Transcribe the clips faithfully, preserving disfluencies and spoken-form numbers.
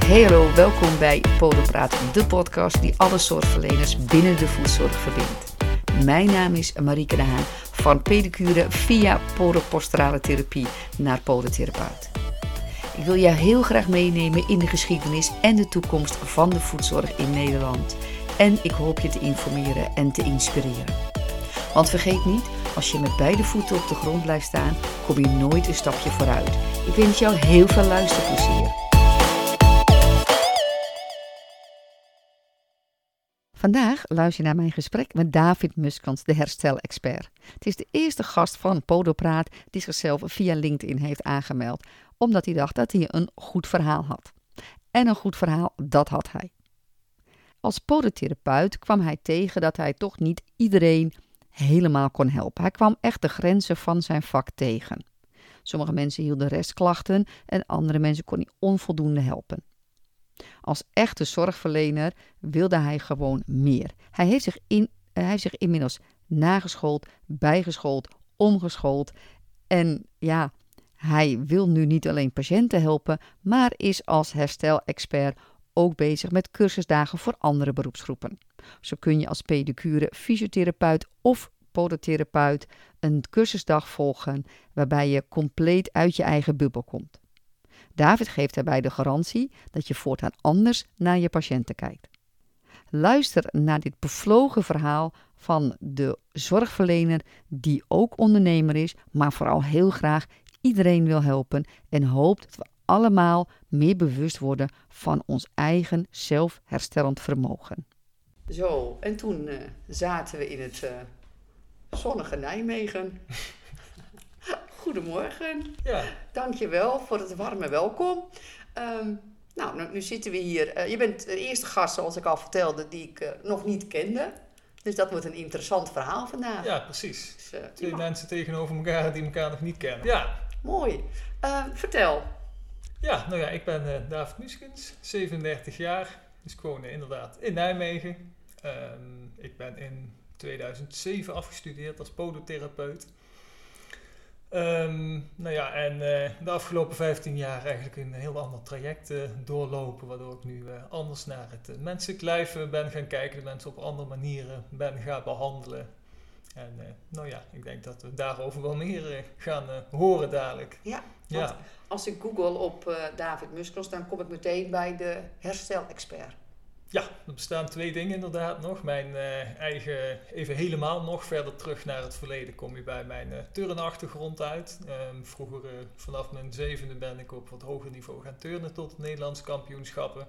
Hey hallo, welkom bij Podopraat, de podcast die alle zorgverleners binnen de voedzorg verbindt. Mijn naam is Marieke de Haan, van pedicure via podoposturale therapie naar podotherapeut. Ik wil jou heel graag meenemen in de geschiedenis en de toekomst van de voedzorg in Nederland. En ik hoop je te informeren en te inspireren. Want vergeet niet, als je met beide voeten op de grond blijft staan, kom je nooit een stapje vooruit. Ik wens jou heel veel luisterplezier. Vandaag luister je naar mijn gesprek met David Muskans, de herstelexpert. Het is de eerste gast van Podopraat die zichzelf via LinkedIn heeft aangemeld, omdat hij dacht dat hij een goed verhaal had. En een goed verhaal, dat had hij. Als podotherapeut kwam hij tegen dat hij toch niet iedereen helemaal kon helpen. Hij kwam echt de grenzen van zijn vak tegen. Sommige mensen hielden restklachten en andere mensen kon hij onvoldoende helpen. Als echte zorgverlener wilde hij gewoon meer. Hij heeft zich, in, hij heeft zich inmiddels nageschoold, bijgeschoold, omgeschoold. En ja, hij wil nu niet alleen patiënten helpen, maar is als herstelexpert ook bezig met cursusdagen voor andere beroepsgroepen. Zo kun je als pedicure, fysiotherapeut of podotherapeut een cursusdag volgen waarbij je compleet uit je eigen bubbel komt. David geeft daarbij de garantie dat je voortaan anders naar je patiënten kijkt. Luister naar dit bevlogen verhaal van de zorgverlener die ook ondernemer is, maar vooral heel graag iedereen wil helpen en hoopt dat we allemaal meer bewust worden van ons eigen zelfherstellend vermogen. Zo, en toen uh, zaten we in het uh, zonnige Nijmegen. Goedemorgen. Ja. Dankjewel voor het warme welkom. Um, nou, nu, nu zitten we hier. Uh, je bent de eerste gast, zoals ik al vertelde, die ik uh, nog niet kende. Dus dat wordt een interessant verhaal vandaag. Ja, precies. Dus, uh, Twee ja. mensen tegenover elkaar die elkaar nog niet kennen. Ja. Mooi. Uh, vertel. Ja, nou ja, ik ben uh, David Muskans, zevenendertig jaar. Dus ik woon uh, inderdaad in Nijmegen. Um, ik ben in tweeduizend zeven afgestudeerd als podotherapeut. Um, nou ja, en uh, de afgelopen vijftien jaar eigenlijk een heel ander traject uh, doorlopen, waardoor ik nu uh, anders naar het uh, menselijk lijf uh, ben gaan kijken, de mensen op andere manieren ben gaan behandelen. En uh, nou ja, ik denk dat we daarover wel meer uh, gaan uh, horen dadelijk. Ja, ja. Want als ik google op uh, David Muskans, dan kom ik meteen bij de herstelexpert. Ja, er bestaan twee dingen inderdaad nog. Mijn uh, eigen, even helemaal nog verder terug naar het verleden kom je bij mijn uh, turnachtergrond uit. Um, vroeger, uh, vanaf mijn zevende ben ik op wat hoger niveau gaan turnen tot het Nederlands kampioenschappen.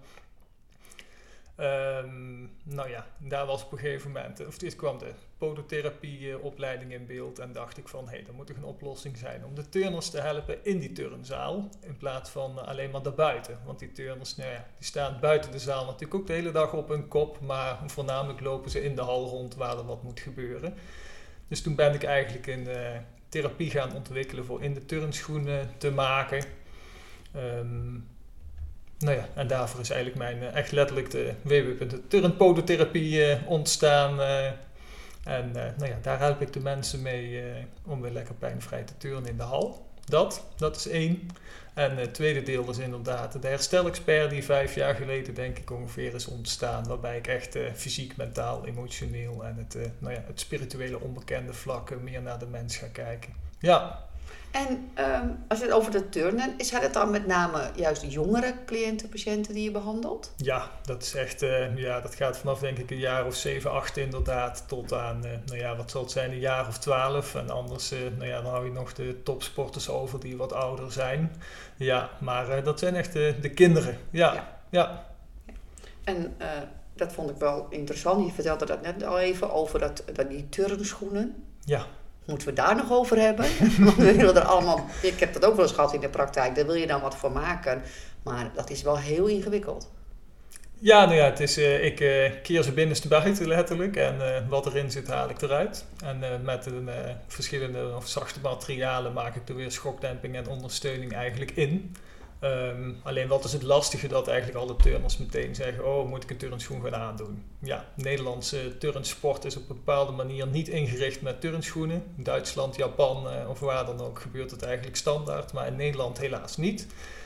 Um, nou ja, daar was op een gegeven moment, of dit kwam de podotherapieopleiding in beeld en dacht ik van, hé, hey, er moet toch een oplossing zijn om de turners te helpen in die turnzaal, in plaats van alleen maar daarbuiten. Want die turners, nou ja, die staan buiten de zaal natuurlijk ook de hele dag op hun kop, maar voornamelijk lopen ze in de hal rond waar er wat moet gebeuren. Dus toen ben ik eigenlijk een uh, therapie gaan ontwikkelen voor in de turnschoenen te maken. Um, Nou ja, en daarvoor is eigenlijk mijn uh, echt letterlijk de w w w punt turnpodotherapie uh, ontstaan. Uh, en uh, nou ja, daar help ik de mensen mee uh, om weer lekker pijnvrij te turnen in de hal. Dat, dat is één. En het tweede deel is inderdaad de herstelexpert die vijf jaar geleden denk ik ongeveer is ontstaan. Waarbij ik echt uh, fysiek, mentaal, emotioneel en het, uh, nou ja, het spirituele onbekende vlak uh, meer naar de mens ga kijken. Ja. En um, als je het over de turnen, is het dan met name juist jongere cliënten, patiënten die je behandelt? Ja, dat is echt, uh, ja, dat gaat vanaf denk ik een jaar of zeven, acht inderdaad, tot aan, uh, nou ja, wat zal het zijn, een jaar of twaalf. En anders, uh, nou ja, dan hou je nog de topsporters over die wat ouder zijn. Ja, maar uh, dat zijn echt de, de kinderen, ja, ja. ja. En uh, dat vond ik wel interessant. Je vertelde dat net al even over dat, dat die turnschoenen. Ja. Moeten we daar nog over hebben? Want we willen er allemaal, ik heb dat ook wel eens gehad in de praktijk. Daar wil je dan wat voor maken. Maar dat is wel heel ingewikkeld. Ja, nou ja, het is, uh, ik uh, keer ze binnenste buiten letterlijk. En uh, wat erin zit haal ik eruit. En uh, met een, uh, verschillende of zachte materialen maak ik er weer schokdemping en ondersteuning eigenlijk in. Um, alleen wat is het lastige dat eigenlijk alle turners meteen zeggen, oh, moet ik een turnschoen gaan aandoen? Ja, Nederlandse turnsport is op een bepaalde manier niet ingericht met turnschoenen. In Duitsland, Japan uh, of waar dan ook gebeurt het eigenlijk standaard, maar in Nederland helaas niet.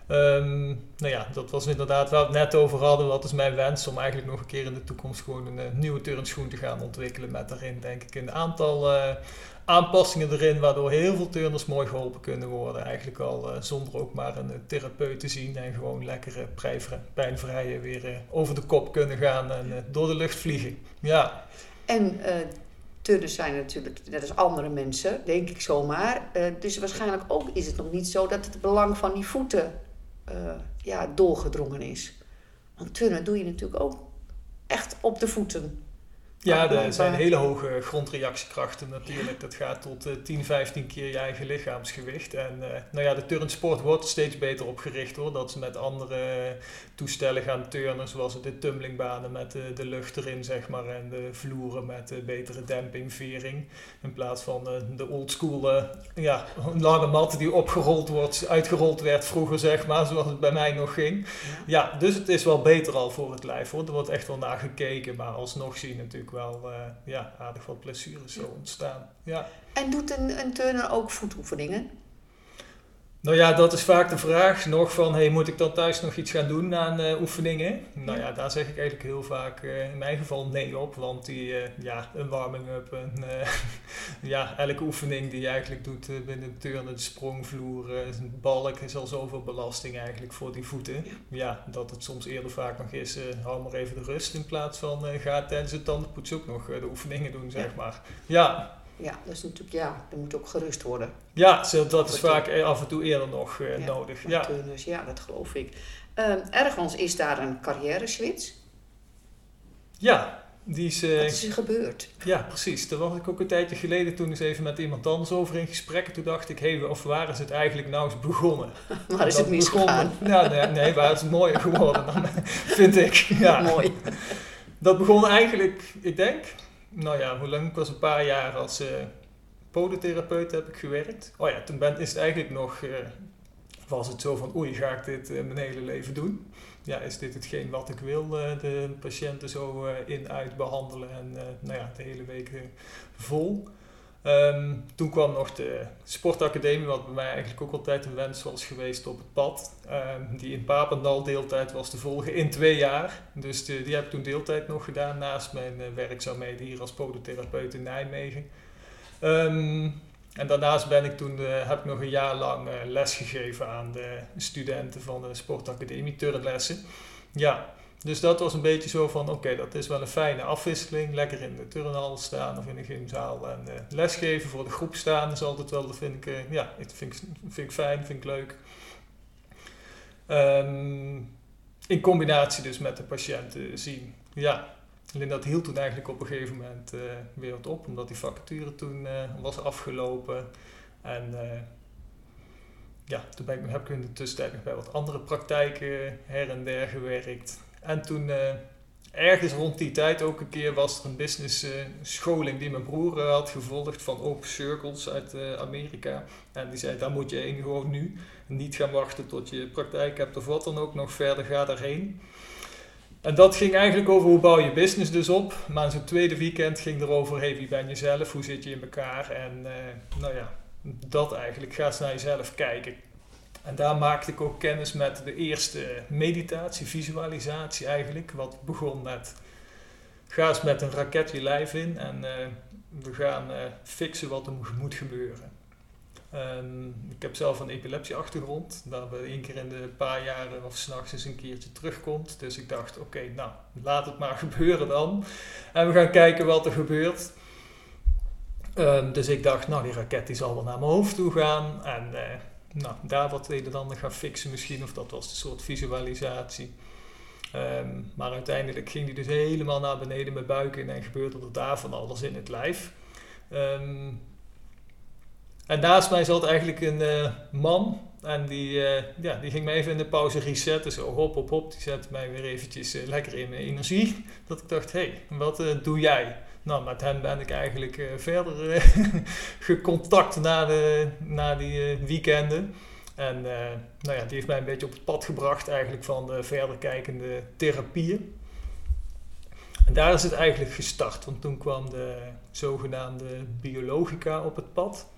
Um, nou ja, dat was inderdaad waar we het net over hadden. Wat is mijn wens om eigenlijk nog een keer in de toekomst gewoon een uh, nieuwe turnschoen te gaan ontwikkelen. Met daarin denk ik een aantal uh, aanpassingen erin, waardoor heel veel turners mooi geholpen kunnen worden. Eigenlijk al uh, zonder ook maar een uh, therapeut te zien en gewoon lekker uh, pijnvrij weer uh, over de kop kunnen gaan en uh, door de lucht vliegen. Ja. En uh, turners zijn natuurlijk net als andere mensen, denk ik zomaar. Uh, dus waarschijnlijk ook is het nog niet zo dat het belang van die voeten uh, ja, doorgedrongen is. Want turnen doe je natuurlijk ook echt op de voeten. Ja, er zijn hele hoge grondreactiekrachten natuurlijk. Dat gaat tot uh, tien, vijftien keer je eigen lichaamsgewicht. En uh, nou ja, de turnsport wordt er steeds beter op gericht hoor. Dat ze met andere toestellen gaan turnen, zoals de tumblingbanen met uh, de lucht erin zeg maar. En de vloeren met uh, betere demping, vering. In plaats van uh, de oldschool uh, ja, lange mat die opgerold wordt, uitgerold werd vroeger zeg maar. Zoals het bij mij nog ging. Ja, dus het is wel beter al voor het lijf hoor. Er wordt echt wel naar gekeken, maar alsnog zie je natuurlijk wel uh, ja, aardig wat blessures zo ontstaan. Ja. En doet een, een turner ook voetoefeningen? Nou ja, dat is vaak de vraag nog van, hey, moet ik dan thuis nog iets gaan doen aan uh, oefeningen? Nou ja, daar zeg ik eigenlijk heel vaak uh, in mijn geval nee op, want die, uh, ja, een warming-up, een, uh, ja, elke oefening die je eigenlijk doet uh, binnen de turnen, de sprongvloer, uh, een balk, is al zoveel belasting eigenlijk voor die voeten. Ja, dat het soms eerder vaak nog is, uh, hou maar even de rust in plaats van, uh, ga tijdens het tandenpoets ook nog uh, de oefeningen doen, zeg maar. Ja. Ja, dat is natuurlijk, ja, er moet ook gerust worden. Ja, zo, dat is vaak af en toe eerder nog uh, ja, nodig. Ja. Turners, ja, dat geloof ik. Uh, ergens is daar een carrière-switch. Ja, die is... Uh, Wat is er gebeurd? Ja, precies. Daar was ik ook een tijdje geleden toen eens even met iemand anders over in gesprek. Toen dacht ik, hé, hey, of waar is het eigenlijk nou eens begonnen? Waar is het misgegaan? Nou, nee, nee, waar is het mooier geworden dan, vind ik. Ja. Mooi. Dat begon eigenlijk, ik denk... Nou ja, hoe lang? Ik was een paar jaar als uh, podotherapeut heb ik gewerkt. Oh ja, toen ben, is het eigenlijk nog, uh, was het zo van, oei, ga ik dit uh, mijn hele leven doen? Ja, is dit hetgeen wat ik wil, uh, de patiënten zo uh, in-uit behandelen en uh, nou ja, de hele week uh, vol. Um, toen kwam nog de sportacademie, wat bij mij eigenlijk ook altijd een wens was geweest op het pad. Um, die in Papendal deeltijd was te volgen in twee jaar. Dus de, die heb ik toen deeltijd nog gedaan naast mijn uh, werkzaamheden hier als podotherapeut in Nijmegen. Um, en daarnaast ben ik toen, uh, heb ik nog een jaar lang uh, les gegeven aan de studenten van de sportacademie, turnlessen. Ja. Dus dat was een beetje zo van, oké, okay, dat is wel een fijne afwisseling. Lekker in de turnhal staan of in een gymzaal en uh, lesgeven voor de groep staan is altijd wel, dat vind ik, uh, ja, dat vind ik, vind ik fijn, vind ik leuk. Um, in combinatie dus met de patiënten zien. Ja, alleen dat hield toen eigenlijk op een gegeven moment uh, weer wat op, omdat die vacature toen uh, was afgelopen. En uh, ja, toen ben ik, heb ik in de tussentijd nog bij wat andere praktijken her en der gewerkt. En toen, uh, ergens rond die tijd ook een keer, was er een business uh, scholing die mijn broer uh, had gevolgd van Open Circles uit uh, Amerika. En die zei, daar moet je heen gewoon nu. Niet gaan wachten tot je praktijk hebt of wat dan ook, nog verder, ga daarheen. En dat ging eigenlijk over hoe bouw je business dus op. Maar in zo'n tweede weekend ging erover, hey, wie ben je zelf, hoe zit je in elkaar? En uh, nou ja, dat eigenlijk, ga eens naar jezelf kijken. En daar maakte ik ook kennis met de eerste meditatie, visualisatie eigenlijk. Wat begon met, ga eens met een raket je lijf in en uh, we gaan uh, fixen wat er moet gebeuren. Um, ik heb zelf een epilepsieachtergrond, dat we één keer in de paar jaren of 's nachts eens een keertje terugkomt. Dus ik dacht, oké, okay, nou, laat het maar gebeuren dan. En we gaan kijken wat er gebeurt. Um, dus ik dacht, nou, die raket die zal wel naar mijn hoofd toe gaan en... Uh, Nou, daar wat een en ander gaan fixen misschien, of dat was een soort visualisatie. Um, maar uiteindelijk ging die dus helemaal naar beneden mijn buik in en gebeurde er daar van alles in het lijf. Um, en naast mij zat eigenlijk een uh, man en die, uh, ja, die ging me even in de pauze resetten, zo hop hop hop, die zette mij weer eventjes uh, lekker in mijn energie. Dat ik dacht, hé, hey, wat uh, doe jij? Nou, met hem ben ik eigenlijk uh, verder uh, gecontact na, de, na die uh, weekenden. En uh, nou ja, die heeft mij een beetje op het pad gebracht eigenlijk van de verder kijkende therapieën. En daar is het eigenlijk gestart, want toen kwam de zogenaamde biologica op het pad.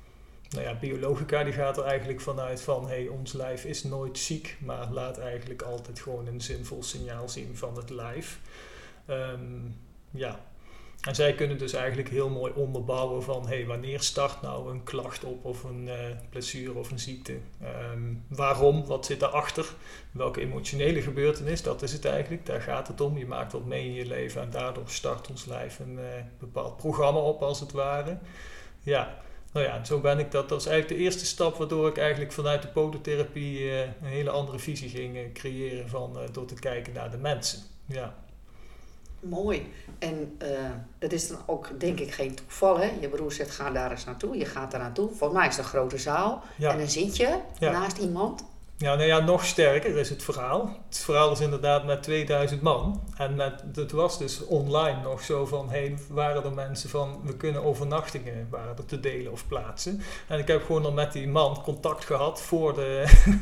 nou ja, biologica die gaat er eigenlijk vanuit van, hey, ons lijf is nooit ziek, maar laat eigenlijk altijd gewoon een zinvol signaal zien van het lijf. Um, ja. En zij kunnen dus eigenlijk heel mooi onderbouwen van, hey, wanneer start nou een klacht op of een uh, blessure of een ziekte? Um, waarom? Wat zit daarachter? Welke emotionele gebeurtenis? Dat is het eigenlijk. Daar gaat het om. Je maakt wat mee in je leven en daardoor start ons lijf een uh, bepaald programma op als het ware. Ja, nou ja, zo ben ik dat. Dat is eigenlijk de eerste stap waardoor ik eigenlijk vanuit de podotherapie uh, een hele andere visie ging uh, creëren van, uh, door te kijken naar de mensen. Ja. Mooi. En uh, dat is dan ook, denk ik, geen toeval. Hè? Je broer zegt, ga daar eens naartoe. Je gaat daar naartoe. Volgens mij is het een grote zaal. Ja. En dan zit je ja. naast iemand. Ja, nou ja, nog sterker is het verhaal. Het verhaal is inderdaad met tweeduizend man. En met, het was dus online nog zo van, hey, waren er mensen van, we kunnen overnachtingen waren er te delen of plaatsen. En ik heb gewoon al met die man contact gehad voor de,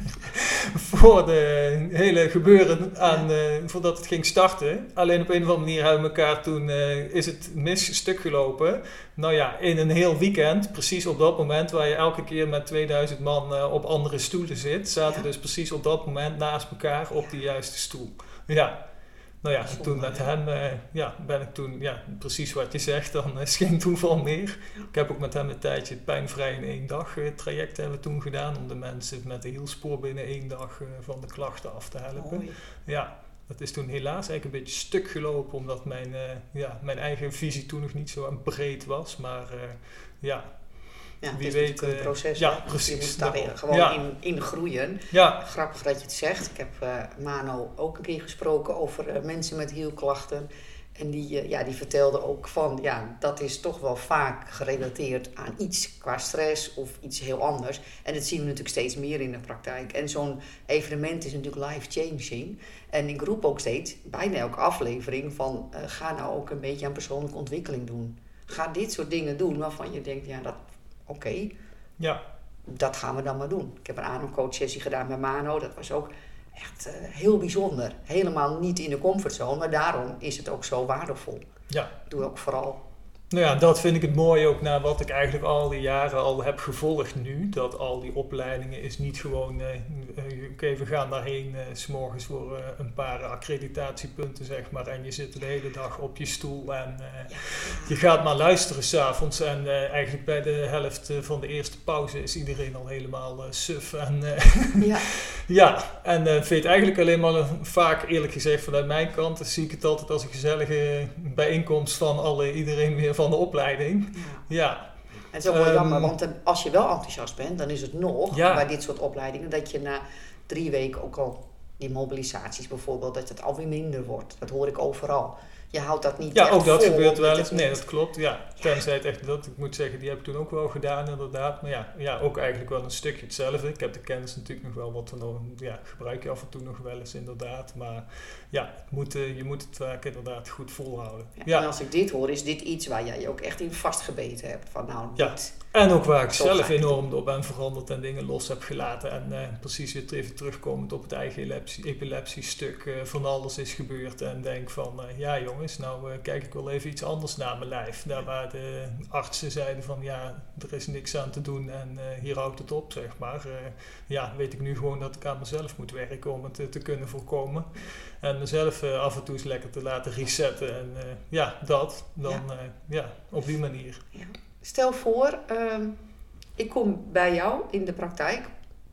voor de hele gebeuren, aan, uh, voordat het ging starten. Alleen op een of andere manier hebben we elkaar toen, uh, is het mis stuk gelopen. Nou ja, in een heel weekend, precies op dat moment waar je elke keer met tweeduizend man uh, op andere stoelen zit, zaten ja. dus precies op dat moment naast elkaar op die juiste stoel. Ja, nou ja, toen met hem uh, ja, ben ik toen, ja, precies wat je zegt, dan is geen toeval meer. Ik heb ook met hem een tijdje het pijnvrij in één dag uh, traject hebben we toen gedaan, om de mensen met de hielspoor binnen één dag uh, van de klachten af te helpen. Mooi. Ja. Dat is toen helaas eigenlijk een beetje stuk gelopen, omdat mijn, uh, ja, mijn eigen visie toen nog niet zo breed was. Maar uh, ja, ja, wie het is weet... natuurlijk een proces, uh, hè? Ja, precies. Je moet daar weer gewoon ja. in, in groeien. Ja. Grappig dat je het zegt. Ik heb uh, Mano ook een keer gesproken over uh, mensen met hielklachten. En die, uh, ja, die vertelde ook van, ja, dat is toch wel vaak gerelateerd aan iets qua stress of iets heel anders. En dat zien we natuurlijk steeds meer in de praktijk. En zo'n evenement is natuurlijk life-changing. En ik roep ook steeds, bijna elke aflevering, van uh, ga nou ook een beetje aan persoonlijke ontwikkeling doen. Ga dit soort dingen doen waarvan je denkt, ja, dat oké, okay, ja. dat gaan we dan maar doen. Ik heb een ademcoach sessie gedaan met Mano, dat was ook echt uh, heel bijzonder. Helemaal niet in de comfortzone, maar daarom is het ook zo waardevol. Ja. Doe ook vooral. Nou ja, dat vind ik het mooie ook naar wat ik eigenlijk al die jaren al heb gevolgd nu. Dat al die opleidingen is niet gewoon, uh, uh, oké, okay, we gaan daarheen uh, 's morgens voor uh, een paar accreditatiepunten, zeg maar. En je zit de hele dag op je stoel en uh, ja. je gaat maar luisteren 's avonds. En uh, eigenlijk bij de helft uh, van de eerste pauze is iedereen al helemaal uh, suf. En, uh, ja. ja, en uh, vind je het eigenlijk alleen maar uh, vaak, eerlijk gezegd, vanuit mijn kant, dan zie ik het altijd als een gezellige bijeenkomst van alle, iedereen weer van de opleiding. Ja. ja. En het is ook wel um, jammer, want als je wel enthousiast bent, dan is het nog ja. bij dit soort opleidingen dat je na drie weken ook al die mobilisaties bijvoorbeeld, dat het alweer minder wordt. Dat hoor ik overal. Je houdt dat niet ja, echt ook dat vol, gebeurt wel eens. Nee, niet... dat klopt. Ja. ja. Tenzij het echt dat, ik moet zeggen, die heb ik toen ook wel gedaan inderdaad. Maar ja, ja, ook eigenlijk wel een stukje hetzelfde. Ik heb de kennis natuurlijk nog wel wat we nog, ja, gebruik je af en toe nog wel eens inderdaad. Maar ja, het moet, je moet het vaak inderdaad goed volhouden. Ja, ja. En als ik dit hoor, is dit iets waar jij je ook echt in vastgebeten hebt. Van nou, dit, ja. En ook waar ik zelf enorm door ben veranderd en dingen los heb gelaten. En uh, precies weer even terugkomend op het eigen epilepsie, epilepsiestuk. Uh, van alles is gebeurd. En denk van, uh, ja jongens, nou uh, kijk ik wel even iets anders naar mijn lijf. Daar waar de artsen zeiden van, ja, er is niks aan te doen en uh, hier houdt het op, zeg maar. Uh, ja, weet ik nu gewoon dat ik aan mezelf moet werken om het uh, te kunnen voorkomen. En mezelf uh, af en toe eens lekker te laten resetten. En uh, ja, dat. Dan, ja. Uh, ja, op die manier. Ja. Stel voor, um, ik kom bij jou in de praktijk.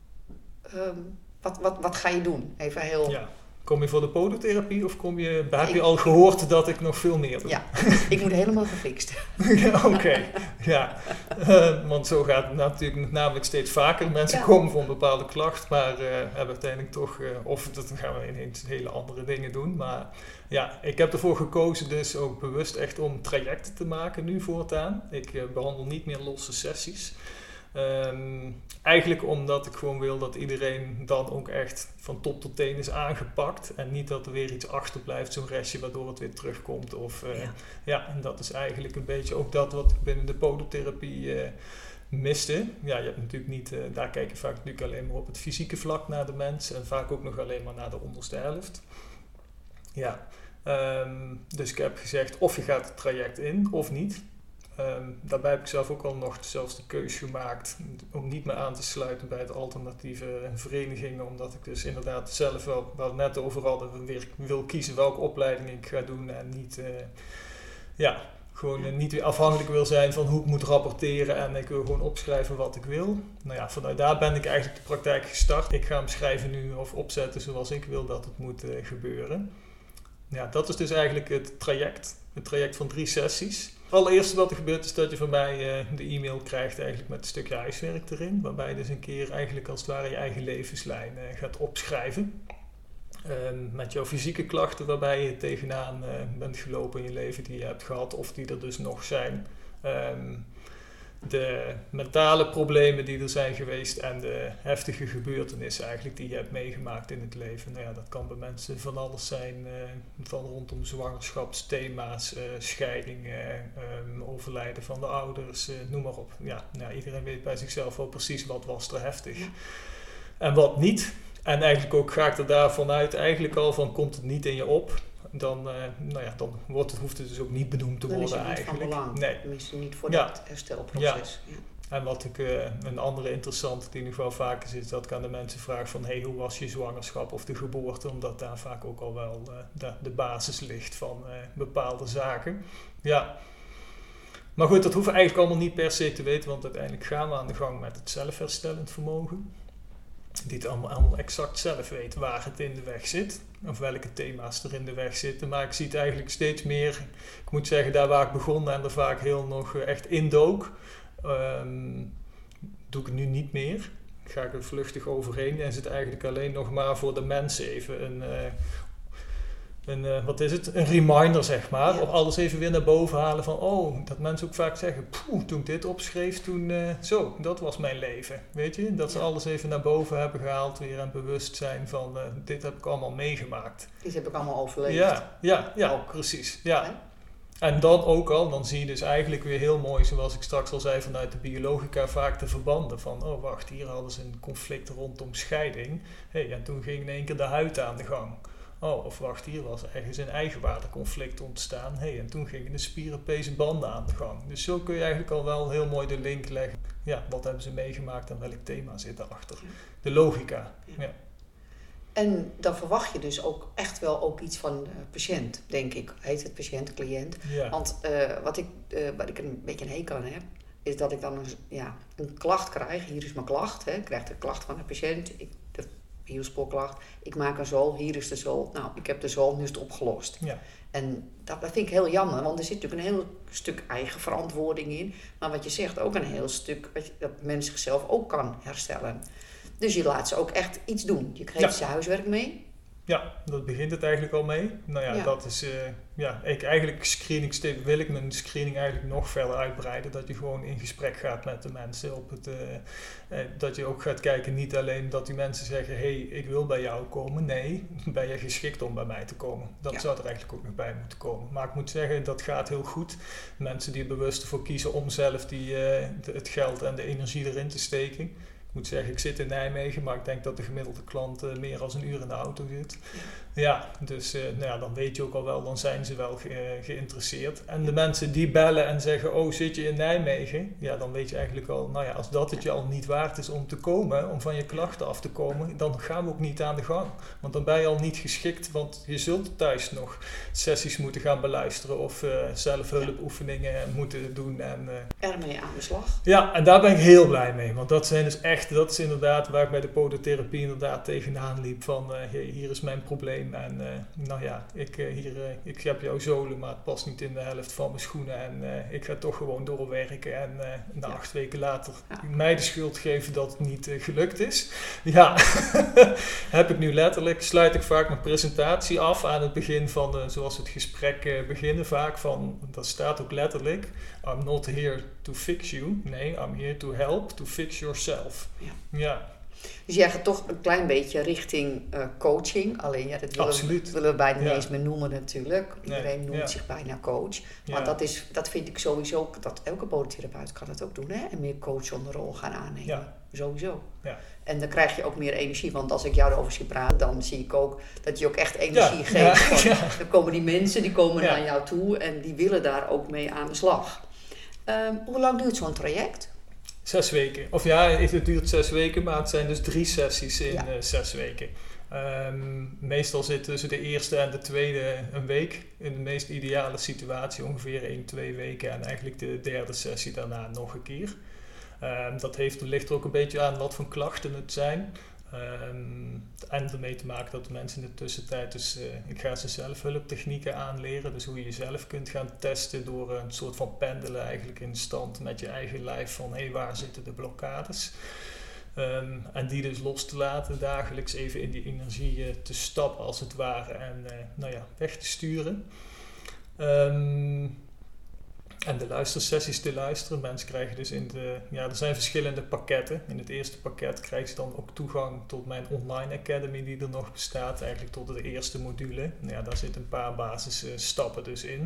Um, wat, wat, wat ga je doen? Even heel... Ja. Kom je voor de podotherapie of kom je, heb je al gehoord dat ik nog veel meer doe? Ja, ik moet helemaal gefixt. ja, Oké, okay. ja. Uh, want zo gaat het natuurlijk namelijk steeds vaker. Mensen ja. komen voor een bepaalde klacht, maar uh, hebben uiteindelijk toch, uh, of dat gaan we ineens hele andere dingen doen. Maar ja, ik heb ervoor gekozen dus ook bewust echt om trajecten te maken nu voortaan. Ik uh, behandel niet meer losse sessies. Um, eigenlijk omdat ik gewoon wil dat iedereen dan ook echt van top tot teen is aangepakt en niet dat er weer iets achterblijft, zo'n restje waardoor het weer terugkomt. Of, uh, ja. ja, en dat is eigenlijk een beetje ook dat wat ik binnen de podotherapie uh, miste. Ja, je hebt natuurlijk niet, uh, daar kijk je vaak natuurlijk alleen maar op het fysieke vlak naar de mens en vaak ook nog alleen maar naar de onderste helft. Ja, um, dus ik heb gezegd of je gaat het traject in of niet. Um, daarbij heb ik zelf ook al nog zelfs de keus gemaakt om niet meer aan te sluiten bij de alternatieve verenigingen. Omdat ik dus inderdaad zelf wel, waar we het net over hadden, weer wil kiezen welke opleiding ik ga doen. En niet, uh, ja, gewoon uh, niet weer afhankelijk wil zijn van hoe ik moet rapporteren. En ik wil gewoon opschrijven wat ik wil. Nou ja, vanuit daar ben ik eigenlijk de praktijk gestart. Ik ga hem schrijven nu of opzetten zoals ik wil dat het moet uh, gebeuren. Ja, dat is dus eigenlijk het traject. Het traject van drie sessies. Het allereerste wat er gebeurt is dat je van mij uh, de e-mail krijgt eigenlijk met een stukje huiswerk erin. Waarbij je dus een keer eigenlijk als het ware je eigen levenslijn uh, gaat opschrijven. Um, met jouw fysieke klachten waarbij je tegenaan uh, bent gelopen in je leven die je hebt gehad of die er dus nog zijn. Um, de mentale problemen die er zijn geweest en de heftige gebeurtenissen eigenlijk die je hebt meegemaakt in het leven. Nou ja, dat kan bij mensen van alles zijn, uh, van rondom zwangerschapsthema's, uh, scheidingen, um, overlijden van de ouders, uh, noem maar op. Ja, nou, iedereen weet bij zichzelf wel precies wat was er heftig en wat niet. En eigenlijk ook ga ik er daarvan uit eigenlijk al van komt het niet in je op. Dan, uh, nou ja, dan wordt het, hoeft het dus ook niet benoemd te dan worden is het niet eigenlijk. Van belang. Nee. Tenminste niet voor ja. dat herstelproces. Ja. Ja. En wat ik, uh, een andere interessante die nog wel vaker zit, dat ik aan de mensen vraag van hey, hoe was je zwangerschap of de geboorte? Omdat daar vaak ook al wel uh, de, de basis ligt van uh, bepaalde zaken. Ja. Maar goed, dat hoeven we eigenlijk allemaal niet per se te weten, want uiteindelijk gaan we aan de gang met het zelfherstellend vermogen. Die het allemaal, allemaal exact zelf weet waar het in de weg zit. Of welke thema's er in de weg zitten. Maar ik zie het eigenlijk steeds meer. Ik moet zeggen, daar waar ik begon en er vaak heel nog echt indook. Um, doe ik het nu niet meer. Ga ik er vluchtig overheen. En is het eigenlijk alleen nog maar voor de mensen even een... Uh, Een, uh, wat is het? Een reminder, zeg maar. Ja. Of alles even weer naar boven halen van... Oh, dat mensen ook vaak zeggen... Poeh, toen ik dit opschreef, toen... Uh, zo, dat was mijn leven. Weet je? Dat ze ja. alles even naar boven hebben gehaald. Weer en bewust zijn van... Uh, dit heb ik allemaal meegemaakt. Dit heb ik allemaal overleefd. Ja, ja, ja, ook. Precies. Ja. Ja. En dan ook al, dan zie je dus eigenlijk weer heel mooi... Zoals ik straks al zei, vanuit de biologica vaak de verbanden. Van, oh wacht, hier hadden ze een conflict rondom scheiding. Hey, en toen ging in één keer de huid aan de gang. Oh, of wacht, hier was ergens een eigenwaardeconflict ontstaan. Hey, en toen gingen de spierpezen banden aan de gang. Dus zo kun je eigenlijk al wel heel mooi de link leggen. Ja, wat hebben ze meegemaakt en welk thema zit erachter? De logica. Ja. Ja. En dan verwacht je dus ook echt wel ook iets van de patiënt, denk ik. Heet het patiënt, cliënt. Ja. Want uh, wat ik, uh, wat ik een beetje een hekel aan heb, is dat ik dan een, ja, een klacht krijg. Hier is mijn klacht. Hè. Ik krijg de klacht van de patiënt. Ik, de hielsporklacht. Ik maak een zool, hier is de zool. Nou, ik heb de zool, nu is het opgelost. Ja. En dat, dat vind ik heel jammer, want er zit natuurlijk een heel stuk eigen verantwoording in. Maar wat je zegt, ook een heel stuk wat je, dat mens zichzelf ook kan herstellen. Dus je laat ze ook echt iets doen. Je geeft ja. ze huiswerk mee. Ja, dat begint het eigenlijk al mee. Nou ja, ja. dat is... Uh, ja, ik eigenlijk screening, wil ik mijn screening eigenlijk nog verder uitbreiden. Dat je gewoon in gesprek gaat met de mensen. Op het, uh, uh, dat je ook gaat kijken, niet alleen dat die mensen zeggen... Hé, hey, ik wil bij jou komen. Nee, ben je geschikt om bij mij te komen? Dat ja. zou er eigenlijk ook nog bij moeten komen. Maar ik moet zeggen, dat gaat heel goed. Mensen die er bewust voor kiezen om zelf die, uh, de, het geld en de energie erin te steken... Ik moet zeggen, ik zit in Nijmegen, maar ik denk dat de gemiddelde klant uh, meer dan een uur in de auto zit. Ja, dus uh, nou ja, dan weet je ook al wel, dan zijn ze wel ge- geïnteresseerd. En de mensen die bellen en zeggen, oh zit je in Nijmegen? Ja, dan weet je eigenlijk al, nou ja, als dat het je al niet waard is om te komen, om van je klachten af te komen, dan gaan we ook niet aan de gang. Want dan ben je al niet geschikt, want je zult thuis nog sessies moeten gaan beluisteren of uh, zelfhulpoefeningen moeten doen. En, uh, ermee aan de slag. Ja, en daar ben ik heel blij mee, want dat zijn dus echt dat is inderdaad waar ik bij de podotherapie inderdaad tegenaan liep van uh, hey, hier is mijn probleem en uh, nou ja, ik, uh, hier, uh, ik heb jouw zolen, maar het past niet in de helft van mijn schoenen en uh, ik ga toch gewoon doorwerken en uh, na ja. acht weken later ja. mij de schuld geven dat het niet uh, gelukt is. Ja, heb ik nu letterlijk, sluit ik vaak mijn presentatie af aan het begin van, uh, zoals het gesprek uh, beginnen vaak van, dat staat ook letterlijk, I'm not here to fix you, nee, I'm here to help, to fix yourself. Ja. ja. Dus jij gaat toch een klein beetje richting uh, coaching. Alleen ja, dat willen, we, willen we bijna niet ja. eens meer noemen natuurlijk. Iedereen nee. noemt ja. zich bijna coach. Maar ja. dat, is, dat vind ik sowieso, dat elke podotherapeut kan dat ook doen. Hè? En meer coachonderrol gaan aannemen. Ja. Sowieso. Ja. En dan krijg je ook meer energie. Want als ik jou erover zie praten, dan zie ik ook dat je ook echt energie ja. geeft. Ja. Ja. Dan komen die mensen, die komen ja. naar jou toe en die willen daar ook mee aan de slag. Um, hoe lang duurt zo'n traject? Zes weken. Of ja, het duurt zes weken, maar het zijn dus drie sessies in ja. uh, zes weken. Um, meestal zit tussen de eerste en de tweede een week. In de meest ideale situatie ongeveer één, twee weken. En eigenlijk de derde sessie daarna nog een keer. Um, dat heeft, ligt er ook een beetje aan wat voor klachten het zijn. Um, en ermee te maken dat de mensen in de tussentijd, dus uh, ik ga ze zelf hulptechnieken aanleren. Dus hoe je jezelf kunt gaan testen door een soort van pendelen eigenlijk in stand met je eigen lijf van hé, hey, waar zitten de blokkades? Um, en die dus los te laten, dagelijks even in die energie uh, te stappen als het ware en uh, nou ja, weg te sturen. Um, En de luistersessies te luisteren. Mensen krijgen dus in de... Ja, er zijn verschillende pakketten. In het eerste pakket krijgen ze dan ook toegang tot mijn online academy die er nog bestaat. Eigenlijk tot de eerste module. Nou ja, daar zitten een paar basisstappen dus in.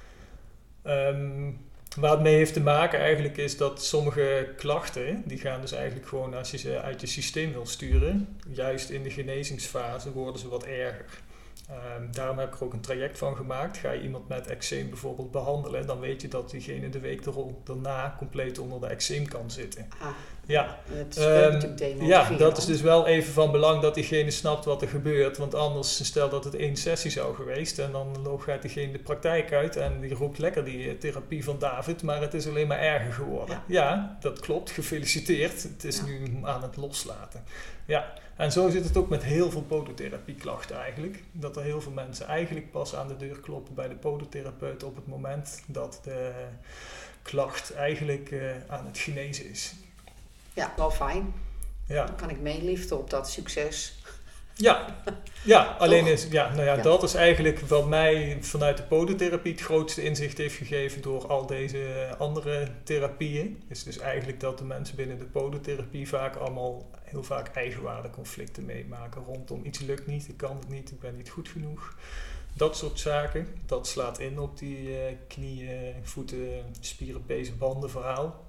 Um, waar het mee heeft te maken eigenlijk is dat sommige klachten, die gaan dus eigenlijk gewoon als je ze uit je systeem wil sturen, juist in de genezingsfase worden ze wat erger. Um, daarom heb ik er ook een traject van gemaakt. Ga je iemand met eczeem bijvoorbeeld behandelen, dan weet je dat diegene de week daarna compleet onder de eczeem kan zitten. Ah, ja, het is um, ja, dat is dus wel even van belang dat diegene snapt wat er gebeurt. Want anders, stel dat het één sessie zou geweest en dan gaat diegene de praktijk uit en die roept lekker die therapie van David, maar het is alleen maar erger geworden. Ja, ja dat klopt. Gefeliciteerd. Het is ja. nu aan het loslaten. Ja. En zo zit het ook met heel veel podotherapieklachten eigenlijk. Dat er heel veel mensen eigenlijk pas aan de deur kloppen bij de podotherapeut op het moment dat de klacht eigenlijk uh, aan het genezen is. Ja, wel fijn. Ja. Dan kan ik meeliften op dat succes. Ja, ja alleen is, ja, nou ja, ja, dat is eigenlijk wat mij vanuit de podotherapie het grootste inzicht heeft gegeven door al deze andere therapieën. Is dus eigenlijk dat de mensen binnen de podotherapie vaak allemaal heel vaak eigenwaardeconflicten meemaken rondom iets lukt niet, ik kan het niet, ik ben niet goed genoeg. Dat soort zaken, dat slaat in op die uh, knieën, voeten, spieren, pezen, banden verhaal.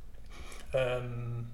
Um,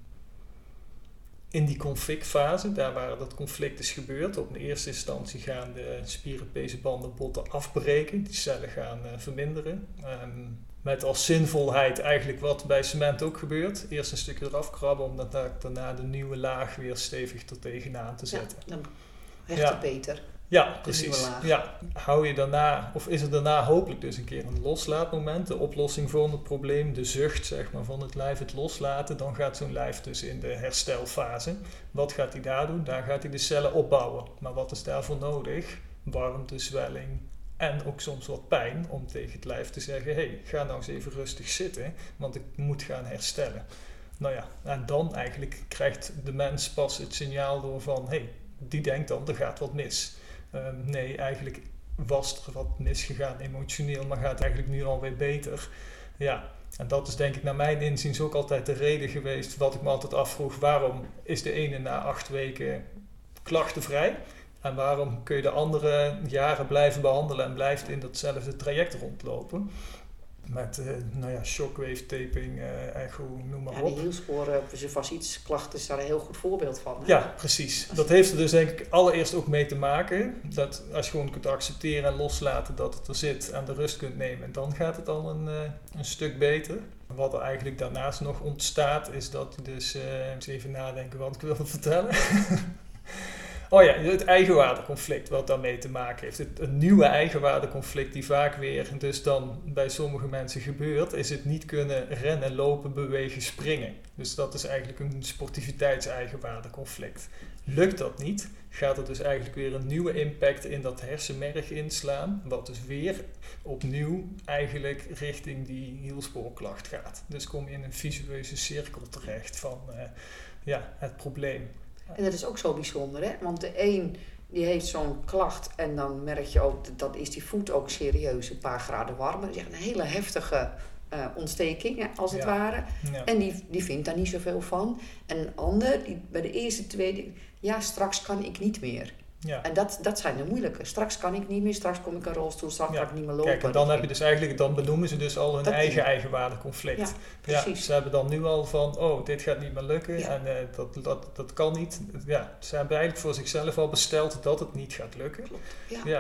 In die conflictfase, daar waar dat conflict is gebeurd, op de eerste instantie gaan de spieren, pezen, banden, botten afbreken. Die cellen gaan uh, verminderen. Um, met als zinvolheid eigenlijk wat bij cement ook gebeurt. Eerst een stukje eraf krabben om daarna de nieuwe laag weer stevig er tegenaan te zetten. Ja, dan hecht het ja. beter. Ja, precies. Ja. Hou je daarna, of is er daarna hopelijk dus een keer een loslaatmoment, de oplossing voor het probleem, de zucht zeg maar, van het lijf, het loslaten, dan gaat zo'n lijf dus in de herstelfase. Wat gaat hij daar doen? Daar gaat hij de cellen opbouwen. Maar wat is daarvoor nodig? Warmte, zwelling en ook soms wat pijn om tegen het lijf te zeggen, hé, hey, ga nou eens even rustig zitten, want ik moet gaan herstellen. Nou ja, en dan eigenlijk krijgt de mens pas het signaal door van, hé, hey, die denkt dan, er gaat wat mis. Um, nee, eigenlijk was er wat misgegaan emotioneel, maar gaat het eigenlijk nu alweer beter. Ja, en dat is denk ik naar mijn inziens ook altijd de reden geweest wat ik me altijd afvroeg. Waarom is de ene na acht weken klachtenvrij? En waarom kun je de andere jaren blijven behandelen en blijft in datzelfde traject rondlopen? Met uh, nou ja, shockwave taping, uh, echo, noem maar ja, op. Die hielsporen, fascietsklachten is daar een heel goed voorbeeld van. Hè? Ja, precies. Dat heeft er dus denk ik allereerst ook mee te maken. Dat als je gewoon kunt accepteren en loslaten dat het er zit en de rust kunt nemen, dan gaat het al een, uh, een stuk beter. Wat er eigenlijk daarnaast nog ontstaat is dat je dus, uh, eens even nadenken wat ik wilde vertellen. Oh ja, het eigenwaardeconflict wat daarmee te maken heeft. Het, een nieuwe eigenwaardeconflict die vaak weer dus dan bij sommige mensen gebeurt, is het niet kunnen rennen, lopen, bewegen, springen. Dus dat is eigenlijk een sportiviteits-eigenwaardeconflict. Lukt dat niet, gaat er dus eigenlijk weer een nieuwe impact in dat hersenmerg inslaan, wat dus weer opnieuw eigenlijk richting die hielspoorklacht gaat. Dus kom je in een visueuze cirkel terecht van uh, ja, het probleem. En dat is ook zo bijzonder, hè? Want de een die heeft zo'n klacht en dan merk je ook, dat, dat is die voet ook serieus een paar graden warmer. Dat is echt een hele heftige uh, ontsteking, hè, als het ja. ware. Ja. En die, die vindt daar niet zoveel van. En een ander, die bij de eerste twee, ja, straks kan ik niet meer. Ja. En dat, dat zijn de moeilijke. Straks kan ik niet meer, straks kom ik in een rolstoel, straks ja. kan ik niet meer lopen. Kijk, en dan heb je dus eigenlijk, dan benoemen ze dus al hun dat eigen eigenwaardeconflict. Ja, precies. Ja, ze hebben dan nu al van, oh, dit gaat niet meer lukken ja. en uh, dat, dat, dat kan niet. Ja, ze hebben eigenlijk voor zichzelf al besteld dat het niet gaat lukken. Klopt, ja. ja.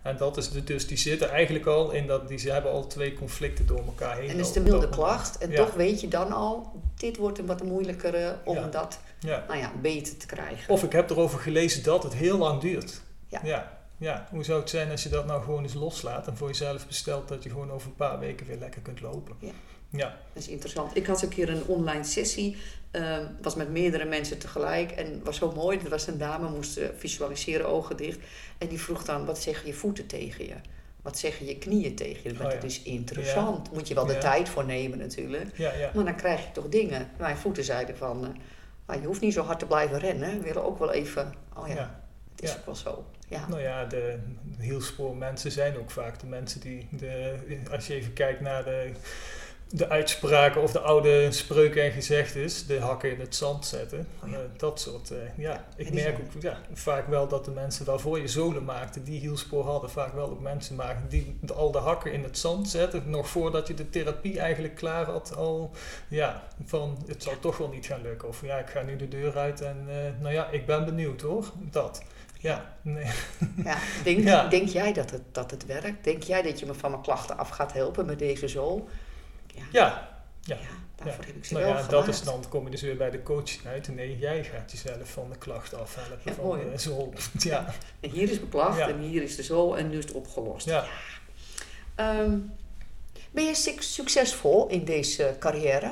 En dat is de, dus die zitten eigenlijk al in dat, die ze hebben al twee conflicten door elkaar heen. En is de milde klacht. En ja. toch weet je dan al, dit wordt een wat moeilijker om ja. dat ja. Nou ja, beter te krijgen. Of ik heb erover gelezen dat het heel lang duurt. Ja. Ja. Ja, hoe zou het zijn als je dat nou gewoon eens loslaat en voor jezelf bestelt dat je gewoon over een paar weken weer lekker kunt lopen. Ja. Ja. Dat is interessant. Ik had een keer een online sessie, uh, was met meerdere mensen tegelijk en het was zo mooi. Er was een dame, moest uh, visualiseren, ogen dicht. En die vroeg dan, wat zeggen je voeten tegen je? Wat zeggen je knieën tegen je? Dat oh, ja. is interessant. Ja. Moet je wel de ja. tijd voor nemen natuurlijk. Ja, ja. Maar dan krijg je toch dingen. Mijn voeten zeiden van, uh, nou, je hoeft niet zo hard te blijven rennen. We willen ook wel even, oh ja, ja. het is ja. ook wel zo. Ja. Nou ja, de hielspoormensen zijn ook vaak de mensen die, de, als je even kijkt naar de, de uitspraken of de oude spreuken en gezegdes, de hakken in het zand zetten. Oh ja. uh, dat soort, uh, ja. ja. Ik merk ook ja, vaak wel dat de mensen waarvoor je zolen maakte, die hielspoor hadden, vaak wel ook mensen maken die de, al de hakken in het zand zetten, nog voordat je de therapie eigenlijk klaar had, al ja, van het zal toch wel niet gaan lukken. Of ja, ik ga nu de deur uit en uh, nou ja, ik ben benieuwd hoor, dat. Ja, nee. ja, denk, ja. denk jij dat het, dat het werkt? Denk jij dat je me van mijn klachten af gaat helpen met deze zool? Ja, ja. ja. ja daarvoor ja. heb ik ze nou wel ja, gemaakt. dat is dan kom je dus weer bij de coaching uit. Nee, jij gaat jezelf van de klachten afhelpen ja, van mooi, de zool. Ja. En hier is mijn klacht ja. en hier is de zool en nu is het opgelost. Ja. Ja. Um, ben je succesvol in deze carrière?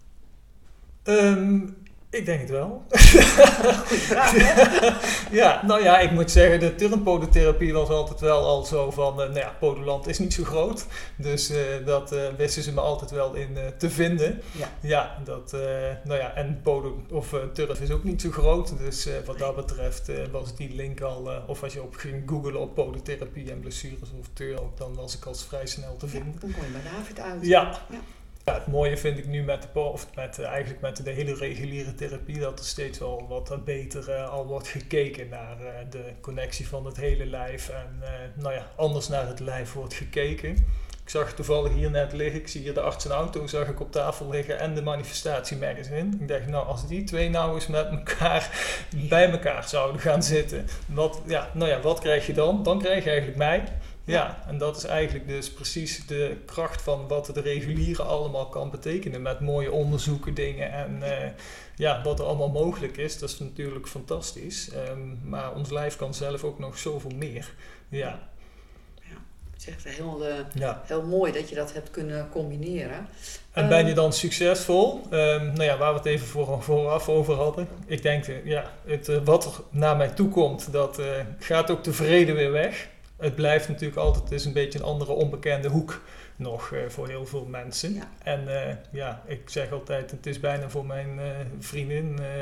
Um, Ik denk het wel. Goeie vraag, hè? Ja, nou ja, ik moet zeggen, de turnpodotherapie was altijd wel al zo van, uh, nou ja, Podoland is niet zo groot. Dus uh, dat uh, wisten ze me altijd wel in uh, te vinden. Ja. Ja, dat, uh, nou ja, en podo, of uh, turf is ook niet zo groot. Dus uh, wat dat betreft uh, was die link al, uh, of als je op ging googlen op podotherapie en blessures of turf, dan was ik als vrij snel te vinden. Ja, dan kom je bij David uit. Ja. ja. Ja, het mooie vind ik nu met de, of met, uh, eigenlijk met de hele reguliere therapie dat er steeds wel wat beter uh, al wordt gekeken naar uh, de connectie van het hele lijf en uh, nou ja, anders naar het lijf wordt gekeken. Ik zag toevallig hier net liggen, ik zie hier de arts en auto zag ik op tafel liggen en de manifestatie magazine. Ik dacht, nou als die twee nou eens met elkaar bij elkaar zouden gaan zitten, wat, ja, nou ja, wat krijg je dan? Dan krijg je eigenlijk mij. Ja, en dat is eigenlijk dus precies de kracht van wat het reguliere allemaal kan betekenen met mooie onderzoeken, dingen en uh, ja, wat er allemaal mogelijk is. Dat is natuurlijk fantastisch, um, maar ons lijf kan zelf ook nog zoveel meer. Ja. Ja, het is echt heel, uh, ja. heel mooi dat je dat hebt kunnen combineren. En ben je dan succesvol? Um, nou ja, waar we het even voor, vooraf over hadden. Ik denk, uh, ja, het, uh, wat er naar mij toe komt, dat uh, gaat ook tevreden weer weg. Het blijft natuurlijk altijd het is een beetje een andere onbekende hoek nog uh, voor heel veel mensen. Ja. En uh, ja, ik zeg altijd, het is bijna voor mijn uh, vriendin uh,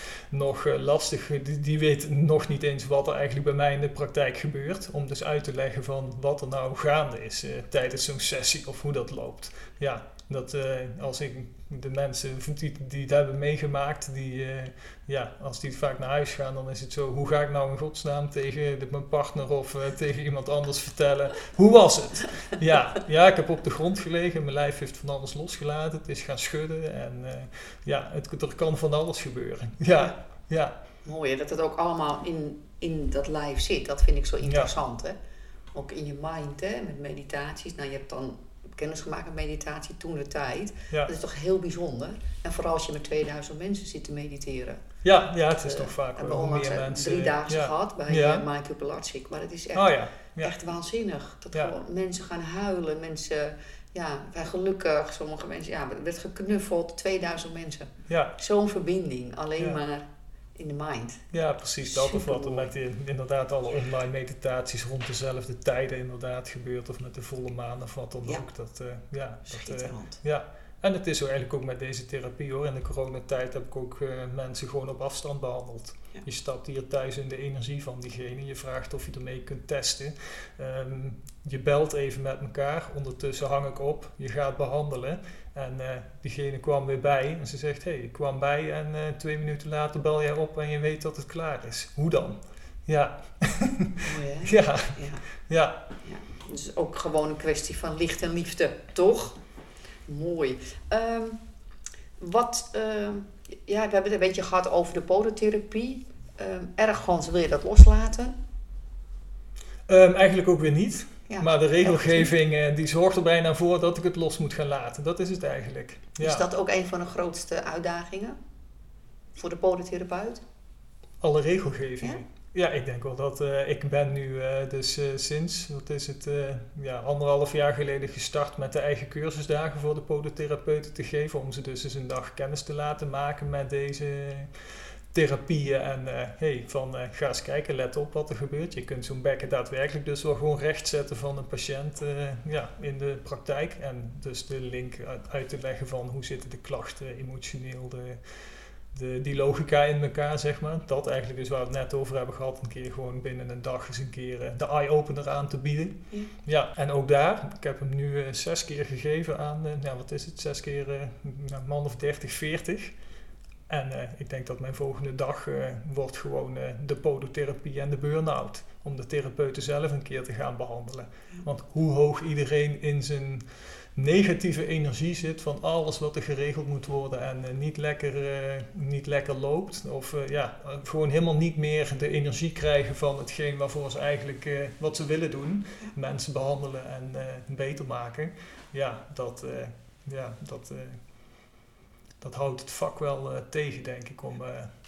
nog uh, lastig. Die, die weet nog niet eens wat er eigenlijk bij mij in de praktijk gebeurt. Om dus uit te leggen van wat er nou gaande is uh, tijdens zo'n sessie of hoe dat loopt. Ja, dat uh, als ik de mensen die, die het hebben meegemaakt, die, uh, ja, als die vaak naar huis gaan, dan is het zo, hoe ga ik nou in godsnaam tegen de, mijn partner of uh, tegen iemand anders vertellen, hoe was het? Ja, ja, ik heb op de grond gelegen, mijn lijf heeft van alles losgelaten, het is gaan schudden en uh, ja, het, er kan van alles gebeuren. Ja, ja. Mooi dat het ook allemaal in, in dat lijf zit, dat vind ik zo interessant. Ja. Hè? Ook in je mind, hè, met meditaties. Nou, je hebt dan kennis gemaakt met meditatie toen de tijd. Ja. Dat is toch heel bijzonder. En vooral als je met tweeduizend mensen zit te mediteren. Ja, ja het is uh, toch vaak wel hoe meer mensen. Drie dagen ja. gehad bij ja. uh, Michael Pilatschik. Maar het is echt, oh, ja. Ja. echt waanzinnig. Dat ja. gewoon mensen gaan huilen. Mensen, ja, wij gelukkig. Sommige mensen, ja, er werd geknuffeld. tweeduizend mensen. Ja. Zo'n verbinding. Alleen ja. maar in de mind. Ja, precies. Dat of wat er met die, inderdaad alle online meditaties rond dezelfde tijden inderdaad gebeurt. Of met de volle maan of wat dan ja. ook. Dat, uh, ja, dat, uh, ja. En het is zo eigenlijk ook met deze therapie hoor. In de coronatijd heb ik ook uh, mensen gewoon op afstand behandeld. Ja. Je stapt hier thuis in de energie van diegene. Je vraagt of je ermee kunt testen. Um, je belt even met elkaar. Ondertussen hang ik op. Je gaat behandelen. En uh, diegene kwam weer bij. En ze zegt, hé, hey, ik kwam bij. En uh, twee minuten later bel jij op en je weet dat het klaar is. Hoe dan? Ja. Mooi hè? Ja. Ja. Ja. Ja. Dus ook gewoon een kwestie van licht en liefde, toch? Mooi. Um, wat, uh, ja, we hebben het een beetje gehad over de podotherapie. Um, ergens wil je dat loslaten? Um, eigenlijk ook weer niet. Ja, maar de regelgeving uh, die zorgt er bijna voor dat ik het los moet gaan laten. Dat is het eigenlijk. Ja. Is dat ook een van de grootste uitdagingen voor de podotherapeut? Alle regelgevingen? Ja? Ja, ik denk wel dat uh, ik ben nu uh, dus uh, sinds, wat is het, uh, ja, anderhalf jaar geleden gestart met de eigen cursusdagen voor de podotherapeuten te geven. Om ze dus eens een dag kennis te laten maken met deze therapieën. En uh, hey, van uh, ga eens kijken, let op wat er gebeurt. Je kunt zo'n bekken daadwerkelijk dus wel gewoon rechtzetten van een patiënt uh, ja, in de praktijk. En dus de link uit, uit te leggen van hoe zitten de klachten emotioneel, de... De, die logica in elkaar, zeg maar. Dat eigenlijk is waar we het net over hebben gehad. Een keer gewoon binnen een dag eens een keer uh, de eye-opener aan te bieden. Ja. ja, en ook daar, ik heb hem nu uh, zes keer gegeven aan, uh, nou wat is het, zes keer uh, een man of dertig, veertig. En uh, ik denk dat mijn volgende dag uh, wordt gewoon uh, de podotherapie en de burn-out. Om de therapeuten zelf een keer te gaan behandelen. Ja. Want hoe hoog iedereen in zijn negatieve energie zit van alles wat er geregeld moet worden en uh, niet, lekker, uh, niet lekker loopt. Of uh, ja, uh, gewoon helemaal niet meer de energie krijgen van hetgeen waarvoor ze eigenlijk uh, wat ze willen doen. Mensen behandelen en uh, beter maken. Ja, dat, uh, ja, dat, uh, dat houdt het vak wel uh, tegen, denk ik, om... Uh,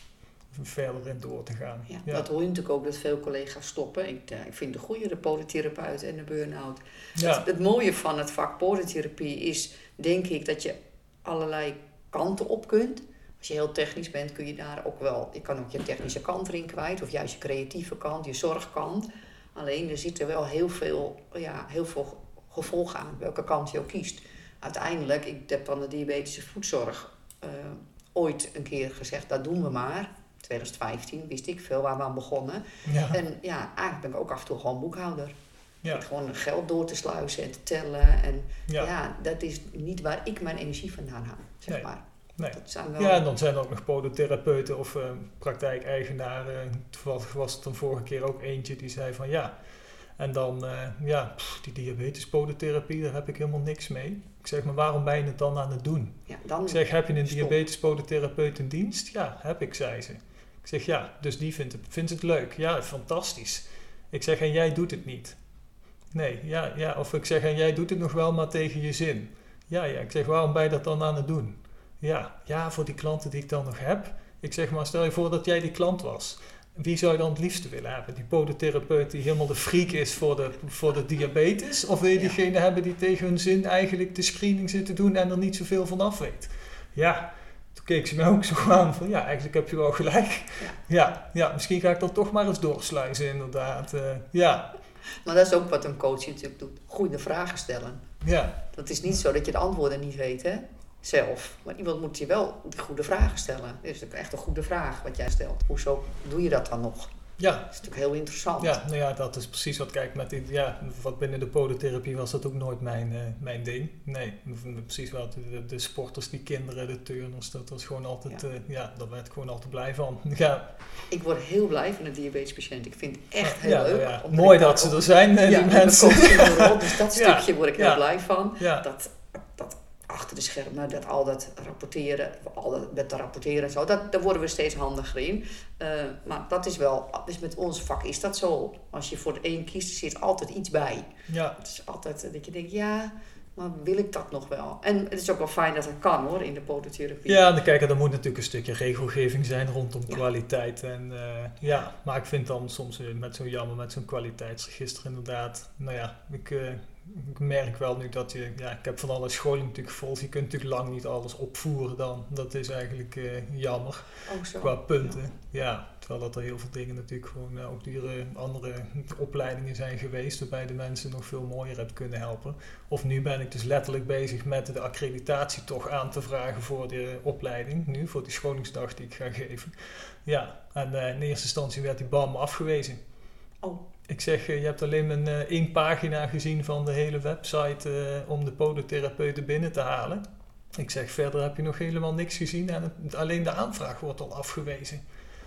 verder in door te gaan. Ja, ja. Dat hoor je natuurlijk ook dat veel collega's stoppen. Ik, uh, ik vind de goede de podotherapeut en de burn-out. Ja. Het, het mooie van het vak podotherapie is, denk ik, dat je allerlei kanten op kunt. Als je heel technisch bent, kun je daar ook wel... Je kan ook je technische kant erin kwijt, of juist je creatieve kant, je zorgkant. Alleen er zitten wel heel veel, ja, heel veel gevolgen aan, welke kant je ook kiest. Uiteindelijk, ik heb dan de diabetische voedzorg uh, ooit een keer gezegd, dat doen we maar. twintig vijftien wist ik veel waar we aan begonnen. Ja. En ja, eigenlijk ben ik ook af en toe gewoon boekhouder. Ja. Gewoon geld door te sluizen en te tellen. En ja. ja, dat is niet waar ik mijn energie vandaan haal, zeg nee. maar. Nee. Dat zijn wel... Ja, en dan zijn er ook nog podotherapeuten of uh, praktijkeigenaren. Toevallig was het dan vorige keer ook eentje die zei van ja... En dan, uh, ja, pff, die diabetes podotherapie, daar heb ik helemaal niks mee. Ik zeg, maar waarom ben je het dan aan het doen? Ja, dan ik zeg, heb je een diabetes podotherapeut in dienst? Ja, heb ik, zei ze. Ik zeg, ja, dus die vindt het, vindt het leuk. Ja, fantastisch. Ik zeg, en jij doet het niet. Nee, ja, ja, of ik zeg, en jij doet het nog wel, maar tegen je zin. Ja, ja, ik zeg, waarom ben je dat dan aan het doen? Ja, ja, voor die klanten die ik dan nog heb. Ik zeg, maar stel je voor dat jij die klant was. Wie zou je dan het liefste willen hebben? Die podotherapeut die helemaal de freak is voor de, voor de diabetes? Of wil je diegene ja. hebben die tegen hun zin eigenlijk de screening zit te doen en er niet zoveel van af weet? Ja, toen keek ze mij ook zo aan van ja, eigenlijk heb je wel gelijk. Ja, ja, ja misschien ga ik dan toch maar eens doorsluizen inderdaad. Uh, ja. Maar dat is ook wat een coach natuurlijk doet. Goede vragen stellen. Ja. Dat is niet zo dat je de antwoorden niet weet, hè? Zelf. Maar iemand moet je wel die goede vragen stellen. Dat is echt een goede vraag wat jij stelt. Hoezo doe je dat dan nog? Ja. Dat is natuurlijk heel interessant. Ja, nou ja, dat is precies wat, kijk, met die, ja, wat binnen de podotherapie was dat ook nooit mijn, uh, mijn ding. Nee, precies wat, de, de sporters, die kinderen, de turners, dat was gewoon altijd, ja, uh, ja daar werd ik gewoon altijd blij van. Ja. Ik word heel blij van een diabetespatiënt. Ik vind het echt heel ja, leuk. Ja. Mooi dat ze er zijn, uh, ja, die mensen. Rol, dus dat stukje ja. word ik heel ja. blij van. Ja. Dat, dat achter de schermen, dat al dat rapporteren, al dat met te rapporteren en zo, dat, daar worden we steeds handiger in. Uh, maar dat is wel, dus met ons vak is dat zo. Als je voor de een kiest, er zit altijd iets bij. Ja. Het is altijd dat je denkt, ja, maar wil ik dat nog wel? En het is ook wel fijn dat dat kan hoor, in de podotherapie. Ja, dan kijk, er moet natuurlijk een stukje regelgeving zijn rondom ja. kwaliteit. En, uh, ja, maar ik vind dan soms uh, met zo'n jammer, met zo'n kwaliteitsregister inderdaad, nou ja, ik... Uh, Ik merk wel nu dat je, ja, ik heb van alle scholing natuurlijk gevolgd. Je kunt natuurlijk lang niet alles opvoeren dan. Dat is eigenlijk uh, jammer. Oh, zo. Qua punten. Ja. ja, terwijl dat er heel veel dingen natuurlijk gewoon uh, ook dure andere opleidingen zijn geweest. Waarbij de mensen nog veel mooier hebben kunnen helpen. Of nu ben ik dus letterlijk bezig met de accreditatie toch aan te vragen voor de opleiding. Nu, voor die scholingsdag die ik ga geven. Ja, en uh, in eerste instantie werd die bam afgewezen. Oh. Ik zeg, je hebt alleen een uh, één pagina gezien van de hele website uh, om de podotherapeuten binnen te halen. Ik zeg, verder heb je nog helemaal niks gezien en het, alleen de aanvraag wordt al afgewezen.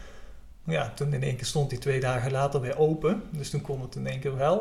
Ja, toen in één keer stond die twee dagen later weer open, dus toen kon het in één keer wel.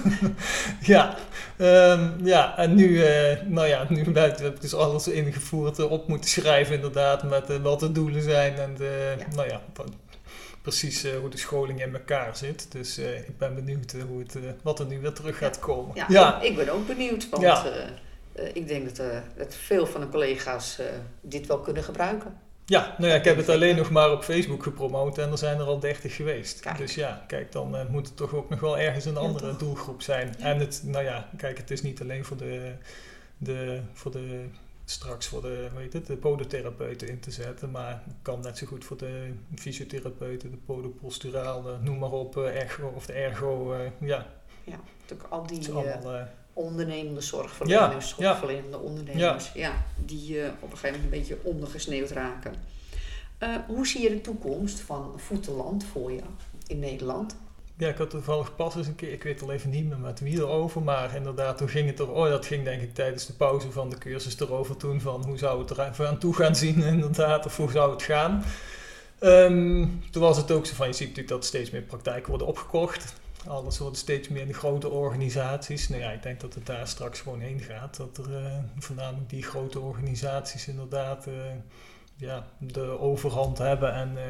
ja, um, ja, en nu, uh, nou ja, nu heb ik dus alles ingevoerd, uh, op moeten schrijven inderdaad, met uh, wat de doelen zijn en de, ja. nou ja... precies uh, hoe de scholing in elkaar zit. Dus uh, ik ben benieuwd uh, hoe het, uh, wat er nu weer terug gaat komen. Ja, ja. Ik, ik ben ook benieuwd, want ja. uh, uh, ik denk dat, uh, dat veel van de collega's uh, dit wel kunnen gebruiken. Ja, nou ja, ik heb het alleen nog maar op Facebook gepromoot en er zijn er al dertig geweest. Kijk. Dus ja, kijk, dan uh, moet het toch ook nog wel ergens een andere ja, doelgroep zijn. Ja. En het, nou ja, kijk, het is niet alleen voor de, de, voor de straks voor de, hoe heet het, de podotherapeuten in te zetten, maar het kan net zo goed voor de fysiotherapeuten, de podoposturaal, noem maar op, uh, ergo of de ergo, uh, ja. Ja, natuurlijk al die allemaal, uh, ondernemende zorgverleners, ja, zorgverlenende ja. ondernemers, ja. ja, die uh, op een gegeven moment een beetje ondergesneeuwd raken. Uh, hoe zie je de toekomst van Voetenland voor je in Nederland? Ja, ik had toevallig pas eens een keer, ik weet al even niet meer met wie erover, maar inderdaad, toen ging het er, oh dat ging denk ik tijdens de pauze van de cursus erover toen, van hoe zou het er even aan toe gaan zien inderdaad, of hoe zou het gaan. Um, toen was het ook zo van, je ziet natuurlijk dat steeds meer praktijken worden opgekocht. Alles wordt steeds meer in de grote organisaties. Nou ja, ik denk dat het daar straks gewoon heen gaat. Dat er uh, voornamelijk die grote organisaties inderdaad uh, ja, de overhand hebben. En uh,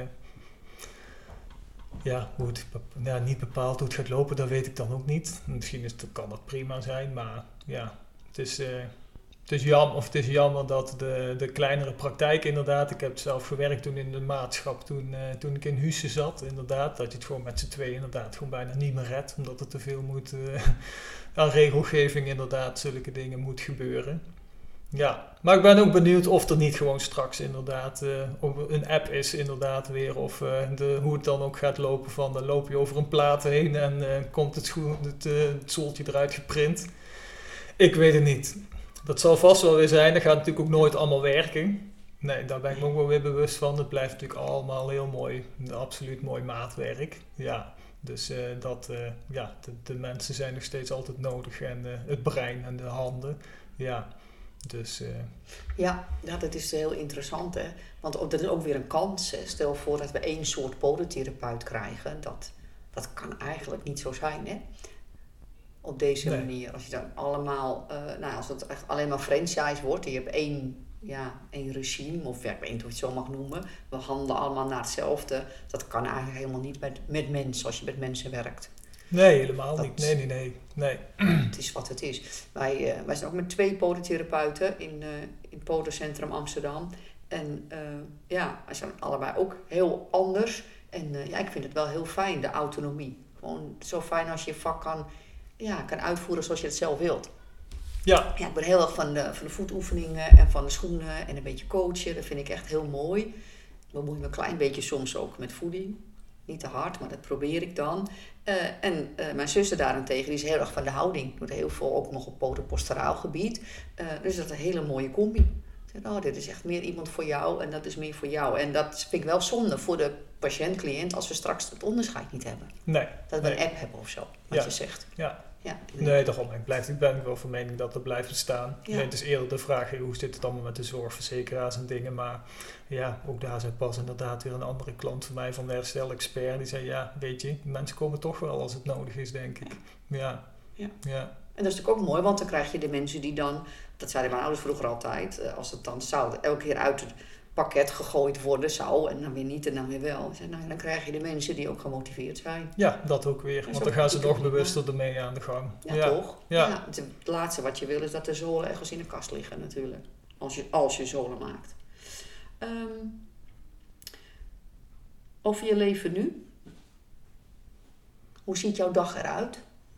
ja, hoe het ja, niet bepaald hoe het gaat lopen, dat weet ik dan ook niet. Misschien is het, kan dat prima zijn, maar ja, het is... Uh, Het is, jammer, of het is jammer dat de, de kleinere praktijk inderdaad, ik heb zelf gewerkt toen in de maatschap, toen, uh, toen ik in Husse zat inderdaad, dat je het gewoon met z'n tweeën inderdaad gewoon bijna niet meer redt, omdat er te veel moet, uh, aan regelgeving inderdaad, zulke dingen moet gebeuren. Ja, maar ik ben ook benieuwd of er niet gewoon straks inderdaad uh, een app is inderdaad weer, of uh, de, hoe het dan ook gaat lopen van, dan loop je over een plaat heen en uh, komt het, scho- het, uh, het zooltje eruit geprint. Ik weet het niet. Dat zal vast wel weer zijn. Dat gaat natuurlijk ook nooit allemaal werken. Nee, daar ben ik me ook wel weer bewust van. Het blijft natuurlijk allemaal heel mooi. Absoluut mooi maatwerk. Ja, dus uh, dat, uh, ja, de, de mensen zijn nog steeds altijd nodig. En uh, het brein en de handen. Ja, dus... Uh, ja, ja, dat is heel interessant, hè. Want ook, dat is ook weer een kans, hè. Stel voor dat we één soort podotherapeut krijgen. Dat, dat kan eigenlijk niet zo zijn, hè. Op deze nee. manier. Als je dan allemaal, uh, nou als het echt alleen maar franchise wordt, en je hebt één, ja, één regime, of ja, ik weet niet hoe je het zo mag noemen, we handelen allemaal naar hetzelfde. Dat kan eigenlijk helemaal niet met, met mensen, als je met mensen werkt. Nee, helemaal dat, niet. Nee, nee, nee. nee. Het is wat het is. Wij, uh, wij zijn ook met twee podotherapeuten in, uh, in het Podocentrum Amsterdam. En uh, ja, wij zijn allebei ook heel anders. En uh, ja, ik vind het wel heel fijn, de autonomie. Gewoon zo fijn als je je vak kan... Ja, kan uitvoeren zoals je het zelf wilt. Ja. Ja, ik ben heel erg van de, van de voetoefeningen en van de schoenen en een beetje coachen. Dat vind ik echt heel mooi. Ik bemoei me een klein beetje soms ook met voeding. Niet te hard, maar dat probeer ik dan. Uh, en uh, mijn zuster daarentegen, die is heel erg van de houding. Doet heel veel ook nog op podoposturaal gebied. Uh, dus dat is een hele mooie combi. Ik zeg, oh, dit is echt meer iemand voor jou en dat is meer voor jou. En dat vind ik wel zonde voor de patiënt-cliënt als we straks het onderscheid niet hebben. Nee. Dat we nee. een app hebben of zo, wat ja. je zegt. Ja. Ja. Nee, daarom. Ik, blijf, ik ben wel van mening dat er blijft bestaan. Ja. Nee, het is eerder de vraag, hoe zit het allemaal met de zorgverzekeraars en dingen. Maar ja, ook daar zei pas inderdaad weer een andere klant van mij van de herstelexpert. Die zei, ja, weet je, mensen komen toch wel als het nodig is, denk ik. Ja. Ja. ja. En dat is natuurlijk ook mooi, want dan krijg je de mensen die dan, dat zeiden mijn ouders vroeger altijd, als het dan zou elke keer uit het pakket gegooid worden zou en dan weer niet en dan weer wel. Nou, dan krijg je de mensen die ook gemotiveerd zijn. Ja, dat ook weer, want dan gaan ze nog bewuster ermee aan de gang. Ja, ja. toch? Ja. Ja, het laatste wat je wil is dat de zolen ergens in de kast liggen natuurlijk. Als je, als je zolen maakt. Um, over je leven nu. Hoe ziet jouw dag eruit?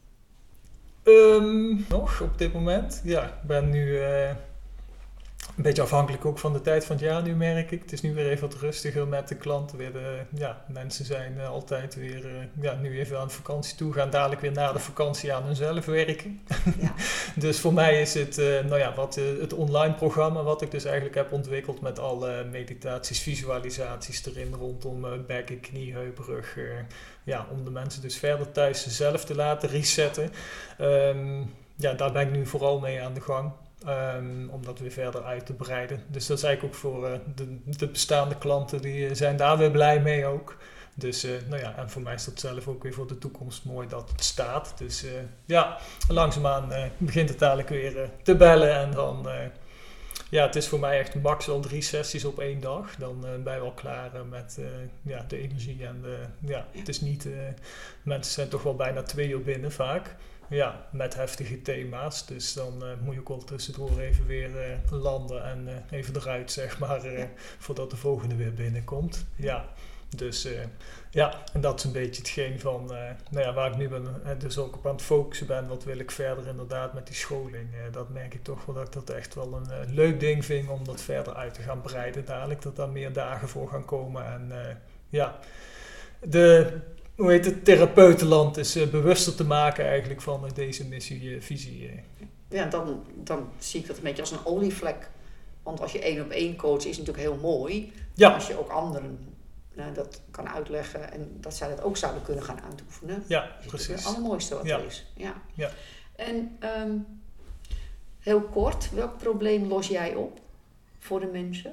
Um, nog op dit moment? Ja, ik ben nu... Uh, Een beetje afhankelijk ook van de tijd van het jaar nu, merk ik. Het is nu weer even wat rustiger met de klanten. Weer de, ja, mensen zijn uh, altijd weer uh, ja, nu even aan de vakantie toe. Gaan dadelijk weer na de vakantie aan hunzelf werken. Ja. Dus voor mij is het, uh, nou ja, wat, uh, het online programma wat ik dus eigenlijk heb ontwikkeld met alle meditaties, visualisaties erin rondom uh, bekken, knie, heup, rug. Uh, ja, om de mensen dus verder thuis zelf te laten resetten. Um, ja, daar ben ik nu vooral mee aan de gang. Um, om dat weer verder uit te breiden. Dus dat is eigenlijk ook voor uh, de, de bestaande klanten, die uh, zijn daar weer blij mee ook. Dus uh, nou ja, en voor mij is dat zelf ook weer voor de toekomst mooi dat het staat. Dus uh, ja, langzaamaan uh, begint het dadelijk weer uh, te bellen en dan uh, Ja, het is voor mij echt max wel drie sessies op één dag. Dan uh, ben je wel klaar uh, met uh, ja, de energie. En de, ja, het is niet... Uh, mensen zijn toch wel bijna twee uur binnen vaak. Ja, met heftige ethema's. Dus dan uh, moet je ook wel tussendoor even weer uh, landen en uh, even eruit, zeg maar. Uh, voordat de volgende weer binnenkomt. Ja, dus... Uh, Ja, en dat is een beetje hetgeen van, uh, nou ja, waar ik nu ben, uh, dus ook op aan het focussen ben. Wat wil ik verder inderdaad met die scholing? Uh, dat merk ik toch wel dat ik dat echt wel een uh, leuk ding vind om dat verder uit te gaan breiden dadelijk. Dat daar meer dagen voor gaan komen. En uh, ja, de, hoe heet het, therapeutenland is uh, bewuster te maken eigenlijk van uh, deze missie, uh, visie. Uh. Ja, dan, dan zie ik dat een beetje als een olievlek. Want als je één op één coach is natuurlijk heel mooi. Ja. Als je ook anderen... Nou, dat kan uitleggen en dat zij dat ook zouden kunnen gaan uitoefenen. Ja, dat precies. is het allermooiste wat ja. er is. Ja. Ja. En um, heel kort, welk probleem los jij op voor de mensen?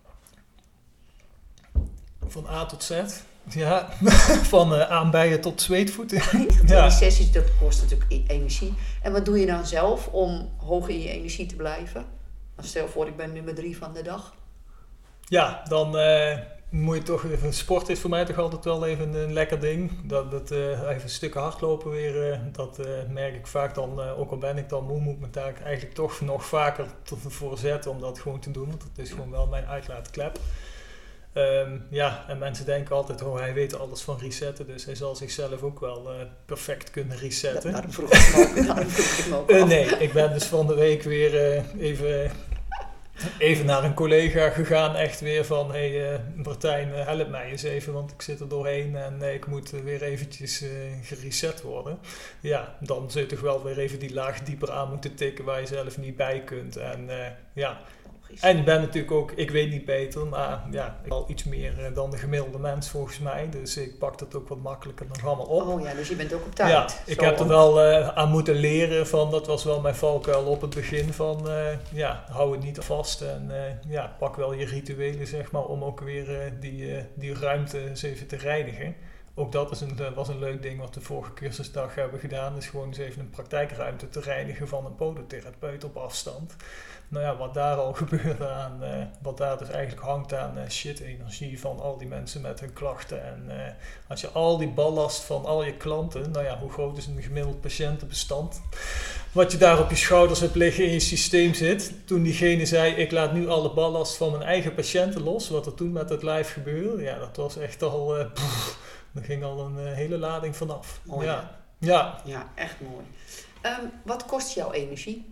Van A tot Z. Ja, van uh, aanbijen tot zweetvoeten. Ja. Die sessies, dat kost natuurlijk energie. En wat doe je dan zelf om hoog in je energie te blijven? Dan stel voor, ik ben nummer drie van de dag. Ja, dan... Uh, moet je toch even, sport is voor mij toch altijd wel even een lekker ding. Dat, dat uh, even een stuk hardlopen weer, uh, dat uh, merk ik vaak dan, uh, ook al ben ik dan moe, moet ik me daar eigenlijk toch nog vaker voor zetten om dat gewoon te doen. Want dat is gewoon wel mijn uitlaatklep. Um, ja, en mensen denken altijd, oh hij weet alles van resetten, dus hij zal zichzelf ook wel uh, perfect kunnen resetten. Ja, daarom vroeg ik hem ook, daarom vroeg ik hem ook uh, nee, ik ben dus van de week weer uh, even... Even naar een collega gegaan, echt weer van, hé hey, uh, Martijn, uh, help mij eens even, want ik zit er doorheen en uh, ik moet uh, weer eventjes uh, gereset worden. Ja, dan zul je toch wel weer even die laag dieper aan moeten tikken waar je zelf niet bij kunt. En uh, ja, en ik ben natuurlijk ook, ik weet niet beter, maar ja, ik al iets meer uh, dan de gemiddelde mens volgens mij. Dus ik pak dat ook wat makkelijker nog allemaal op. Oh ja, dus je bent ook op tijd. Ja, ik Zo heb er wel uh, aan moeten leren van, dat was wel mijn valkuil op het begin van, uh, ja, hou het niet vast en uh, ja, pak wel je rituelen zeg maar, om ook weer uh, die, uh, die ruimte eens even te reinigen. Ook dat is een, was een leuk ding wat de vorige cursusdag hebben gedaan. Dus gewoon eens even een praktijkruimte te reinigen van een podotherapeut op afstand. Nou ja, wat daar al gebeurde aan, uh, wat daar dus eigenlijk hangt aan uh, shit-energie van al die mensen met hun klachten. En uh, als je al die ballast van al je klanten, nou ja, hoe groot is een gemiddeld patiëntenbestand? Wat je daar op je schouders hebt liggen in je systeem zit. Toen diegene zei, ik laat nu alle ballast van mijn eigen patiënten los. Wat er toen met het live gebeurde, ja, dat was echt al... Uh, pff, er ging al een uh, hele lading vanaf. Mooi, ja. Ja. Ja, echt mooi. Um, wat kost jouw energie?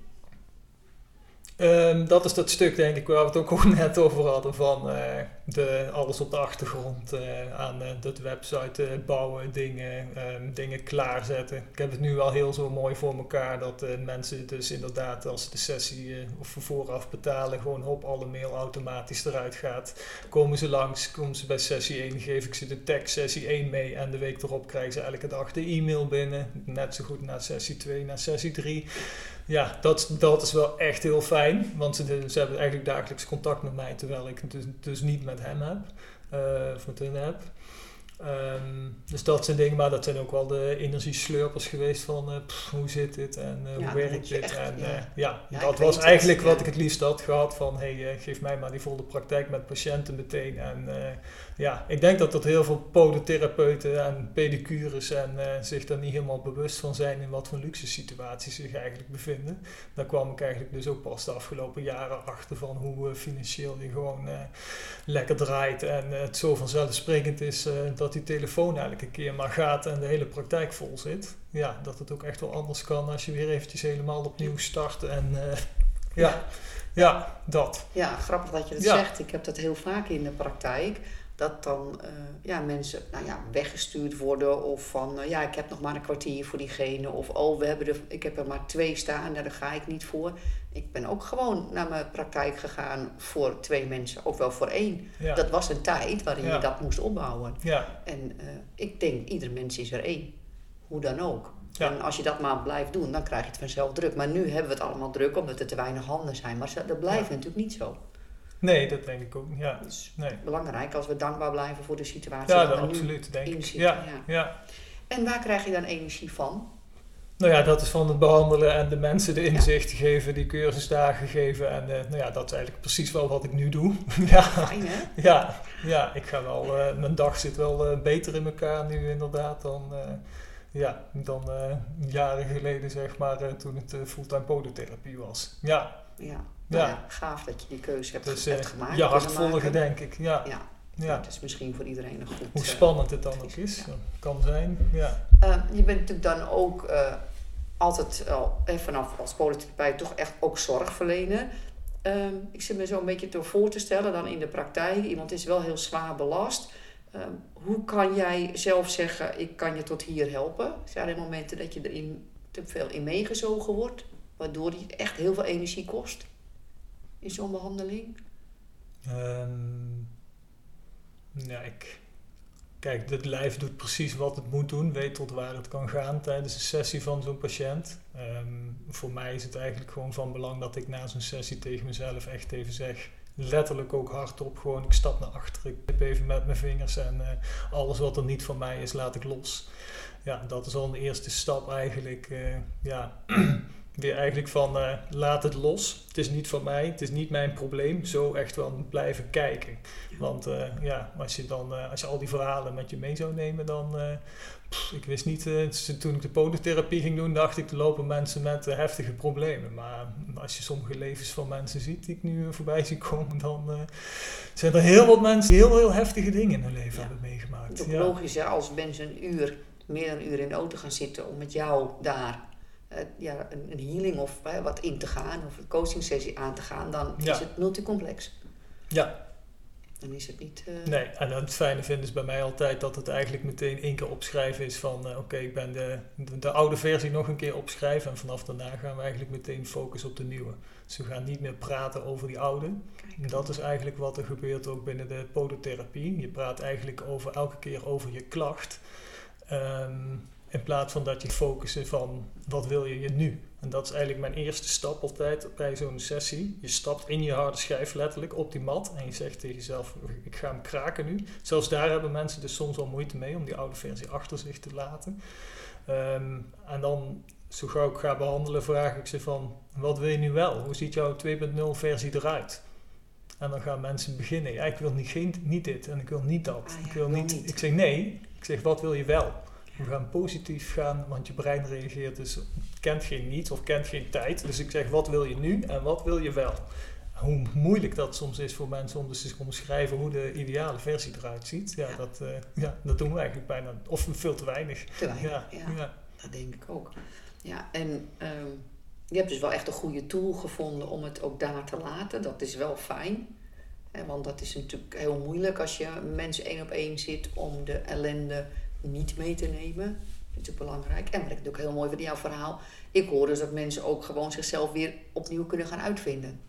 Um, dat is dat stuk denk ik waar we het ook al net over hadden van uh, de, alles op de achtergrond uh, aan uh, de website uh, bouwen, dingen, um, dingen klaarzetten. Ik heb het nu al heel zo mooi voor elkaar dat uh, mensen dus inderdaad als ze de sessie uh, of vooraf betalen gewoon op alle mail automatisch eruit gaat. Komen ze langs, komen ze bij sessie één, geef ik ze de tekst sessie één mee en de week erop krijgen ze elke dag de e-mail binnen. Net zo goed naar sessie twee, naar sessie drie. Ja, dat, dat is wel echt heel fijn, want ze, ze hebben eigenlijk dagelijks contact met mij, terwijl ik het dus, dus niet met hem heb, uh, of met hun heb. Um, dus dat zijn dingen, maar dat zijn ook wel de energieslurpers geweest van uh, pff, hoe zit dit en uh, ja, hoe werkt dit. Echt, en, uh, ja. ja, Ja, dat was eigenlijk het, wat ja. ik het liefst had gehad van hey, uh, geef mij maar die volle praktijk met patiënten meteen. En uh, ja, ik denk dat dat heel veel podotherapeuten en pedicures en uh, zich daar niet helemaal bewust van zijn in wat voor luxe situaties ze zich eigenlijk bevinden. Daar kwam ik eigenlijk dus ook pas de afgelopen jaren achter van hoe uh, financieel je gewoon uh, lekker draait en uh, het zo vanzelfsprekend is uh, dat die telefoon elke keer maar gaat en de hele praktijk vol zit. Ja, dat het ook echt wel anders kan als je weer eventjes helemaal opnieuw start en uh, ja, ja, ja, dat. Ja, grappig dat je dat ja. zegt. Ik heb dat heel vaak in de praktijk. Dat dan uh, ja, mensen nou ja, weggestuurd worden of van uh, ja, ik heb nog maar een kwartier voor diegene of oh, we hebben er, ik heb er maar twee staan, daar ga ik niet voor. Ik ben ook gewoon naar mijn praktijk gegaan voor twee mensen, ook wel voor één. Ja. Dat was een tijd waarin Ja. je dat moest opbouwen. Ja. En uh, ik denk, ieder mens is er één. Hoe dan ook. Ja. En als je dat maar blijft doen, dan krijg je het vanzelf druk. Maar nu hebben we het allemaal druk omdat er te weinig handen zijn. Maar dat blijft Ja. natuurlijk niet zo. Nee, dat denk ik ook. Ja. Het is Nee. belangrijk als we dankbaar blijven voor de situatie. Ja, waar dat we nu absoluut, denk in ik. zitten. Ja, Ja. ja. En waar krijg je dan energie van? Nou ja, dat is van het behandelen en de mensen de inzicht geven, die cursusdagen geven. En uh, nou ja, dat is eigenlijk precies wel wat ik nu doe. ja. Fijn, hè? Ja, ja, ik ga wel, uh, mijn dag zit wel uh, beter in elkaar nu inderdaad dan, uh, ja, dan uh, jaren geleden, zeg maar, uh, toen het uh, fulltime podotherapie was. Ja. Ja. Nou ja, gaaf dat je die keuze hebt, dus, uh, hebt gemaakt. Je hart volgen, denk ik. Ja. Ja. Ja. Dat is misschien voor iedereen een goed... Hoe spannend het dan ook is, ja. kan zijn. Ja. Uh, je bent natuurlijk dan ook uh, altijd al uh, vanaf als podotherapeut toch echt ook zorg verlenen. Uh, ik zit me zo een beetje te voor te stellen dan in de praktijk. Iemand is wel heel zwaar belast. Uh, hoe kan jij zelf zeggen, ik kan je tot hier helpen? Zijn er momenten dat je er te veel in meegezogen wordt, waardoor het echt heel veel energie kost in zo'n behandeling? Um, ja, ik... Kijk, het lijf doet precies wat het moet doen, weet tot waar het kan gaan tijdens een sessie van zo'n patiënt. Um, voor mij is het eigenlijk gewoon van belang dat ik na zo'n sessie tegen mezelf echt even zeg, letterlijk ook hardop, gewoon ik stap naar achter, ik knip even met mijn vingers en uh, alles wat er niet van mij is, laat ik los. Ja, dat is al een eerste stap eigenlijk, uh, ja... Weer eigenlijk van uh, laat het los, het is niet van mij, het is niet mijn probleem, zo echt wel blijven kijken. Want uh, ja, als je dan uh, als je al die verhalen met je mee zou nemen, dan uh, pff, ik wist niet, uh, toen ik de podotherapie ging doen, dacht ik er lopen mensen met uh, heftige problemen. Maar als je sommige levens van mensen ziet die ik nu uh, voorbij zie komen, dan uh, zijn er heel wat mensen die heel heel heftige dingen in hun leven ja. hebben meegemaakt. Het is ook ja. logisch hè, als mensen een uur, meer dan een uur in de auto gaan zitten om met jou daar Uh, ja, een, een healing of uh, wat in te gaan of een coaching sessie aan te gaan, dan ja. is het multicomplex. Ja. Dan is het niet... Uh... Nee, en het fijne vinden is bij mij altijd dat het eigenlijk meteen één keer opschrijven is van uh, oké, okay, ik ben de, de, de oude versie nog een keer opschrijven en vanaf daarna gaan we eigenlijk meteen focussen op de nieuwe. Dus we gaan niet meer praten over die oude. En dat is eigenlijk wat er gebeurt ook binnen de podotherapie. Je praat eigenlijk over elke keer over je klacht. Um, In plaats van dat je focust van wat wil je je nu? En dat is eigenlijk mijn eerste stap altijd bij zo'n sessie. Je stapt in je harde schijf letterlijk op die mat en je zegt tegen jezelf, ik ga hem kraken nu. Zelfs daar hebben mensen dus soms al moeite mee om die oude versie achter zich te laten. Um, en dan, zo gauw ik ga behandelen, vraag ik ze van, wat wil je nu wel? Hoe ziet jouw twee punt nul versie eruit? En dan gaan mensen beginnen. Ja, ik wil niet, geen, niet dit en ik wil niet dat. Ah, ja, ik wil niet, niet. Ik zeg nee. Ik zeg, wat wil je wel? We gaan positief gaan, want je brein reageert dus, kent geen niet of kent geen tijd. Dus ik zeg, wat wil je nu en wat wil je wel? Hoe moeilijk dat soms is voor mensen om dus te omschrijven hoe de ideale versie eruit ziet. Ja, ja. Dat, uh, ja, dat doen we eigenlijk bijna, of veel te weinig. Te weinig, ja. ja. ja. Dat denk ik ook. Ja, en um, je hebt dus wel echt een goede tool gevonden om het ook daar te laten. Dat is wel fijn. Hè, want dat is natuurlijk heel moeilijk als je mensen één op één zit om de ellende niet mee te nemen. Dat is natuurlijk belangrijk. En wat ik ook heel mooi vind in jouw verhaal. Ik hoor dus dat mensen ook gewoon zichzelf weer opnieuw kunnen gaan uitvinden.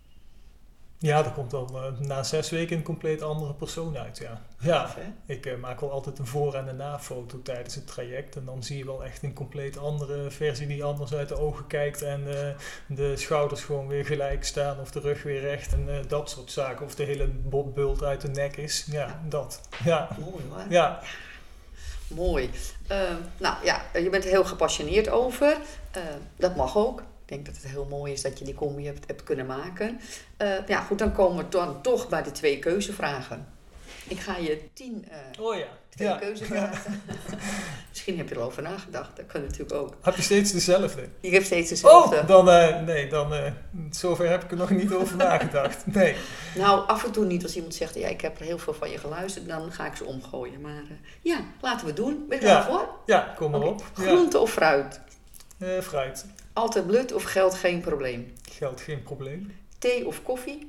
Ja, er komt dan uh, na zes weken een compleet andere persoon uit, ja. Ja, Gaaf, ik uh, maak wel altijd een voor- en een na-foto tijdens het traject. En dan zie je wel echt een compleet andere versie die anders uit de ogen kijkt. En uh, de schouders gewoon weer gelijk staan of de rug weer recht. En uh, dat soort zaken. Of de hele bult uit de nek is. Ja, ja. dat. Ja. Mooi hoor. Ja. Ja. Mooi. Uh, nou ja, je bent er heel gepassioneerd over. Uh, dat mag ook. Ik denk dat het heel mooi is dat je die combi hebt, hebt kunnen maken. Uh, ja, goed, dan komen we dan toch bij de twee keuzevragen. Ik ga je tien uh, oh ja. twee ja. keuzevragen. Misschien heb je erover nagedacht. Dat kan natuurlijk ook. Heb je steeds dezelfde? Ik heb steeds dezelfde. Oh, dan, uh, nee, dan, uh, zover heb ik er nog niet over nagedacht. Nee. Nou, af en toe niet. Als iemand zegt, ja, ik heb er heel veel van je geluisterd, dan ga ik ze omgooien. Maar uh, ja, laten we het doen. Ben je er ja. klaar voor? Ja, kom maar okay. op. Groente ja. of fruit? Uh, fruit. Altijd blut of geld geen probleem? Geld geen probleem. Thee of koffie?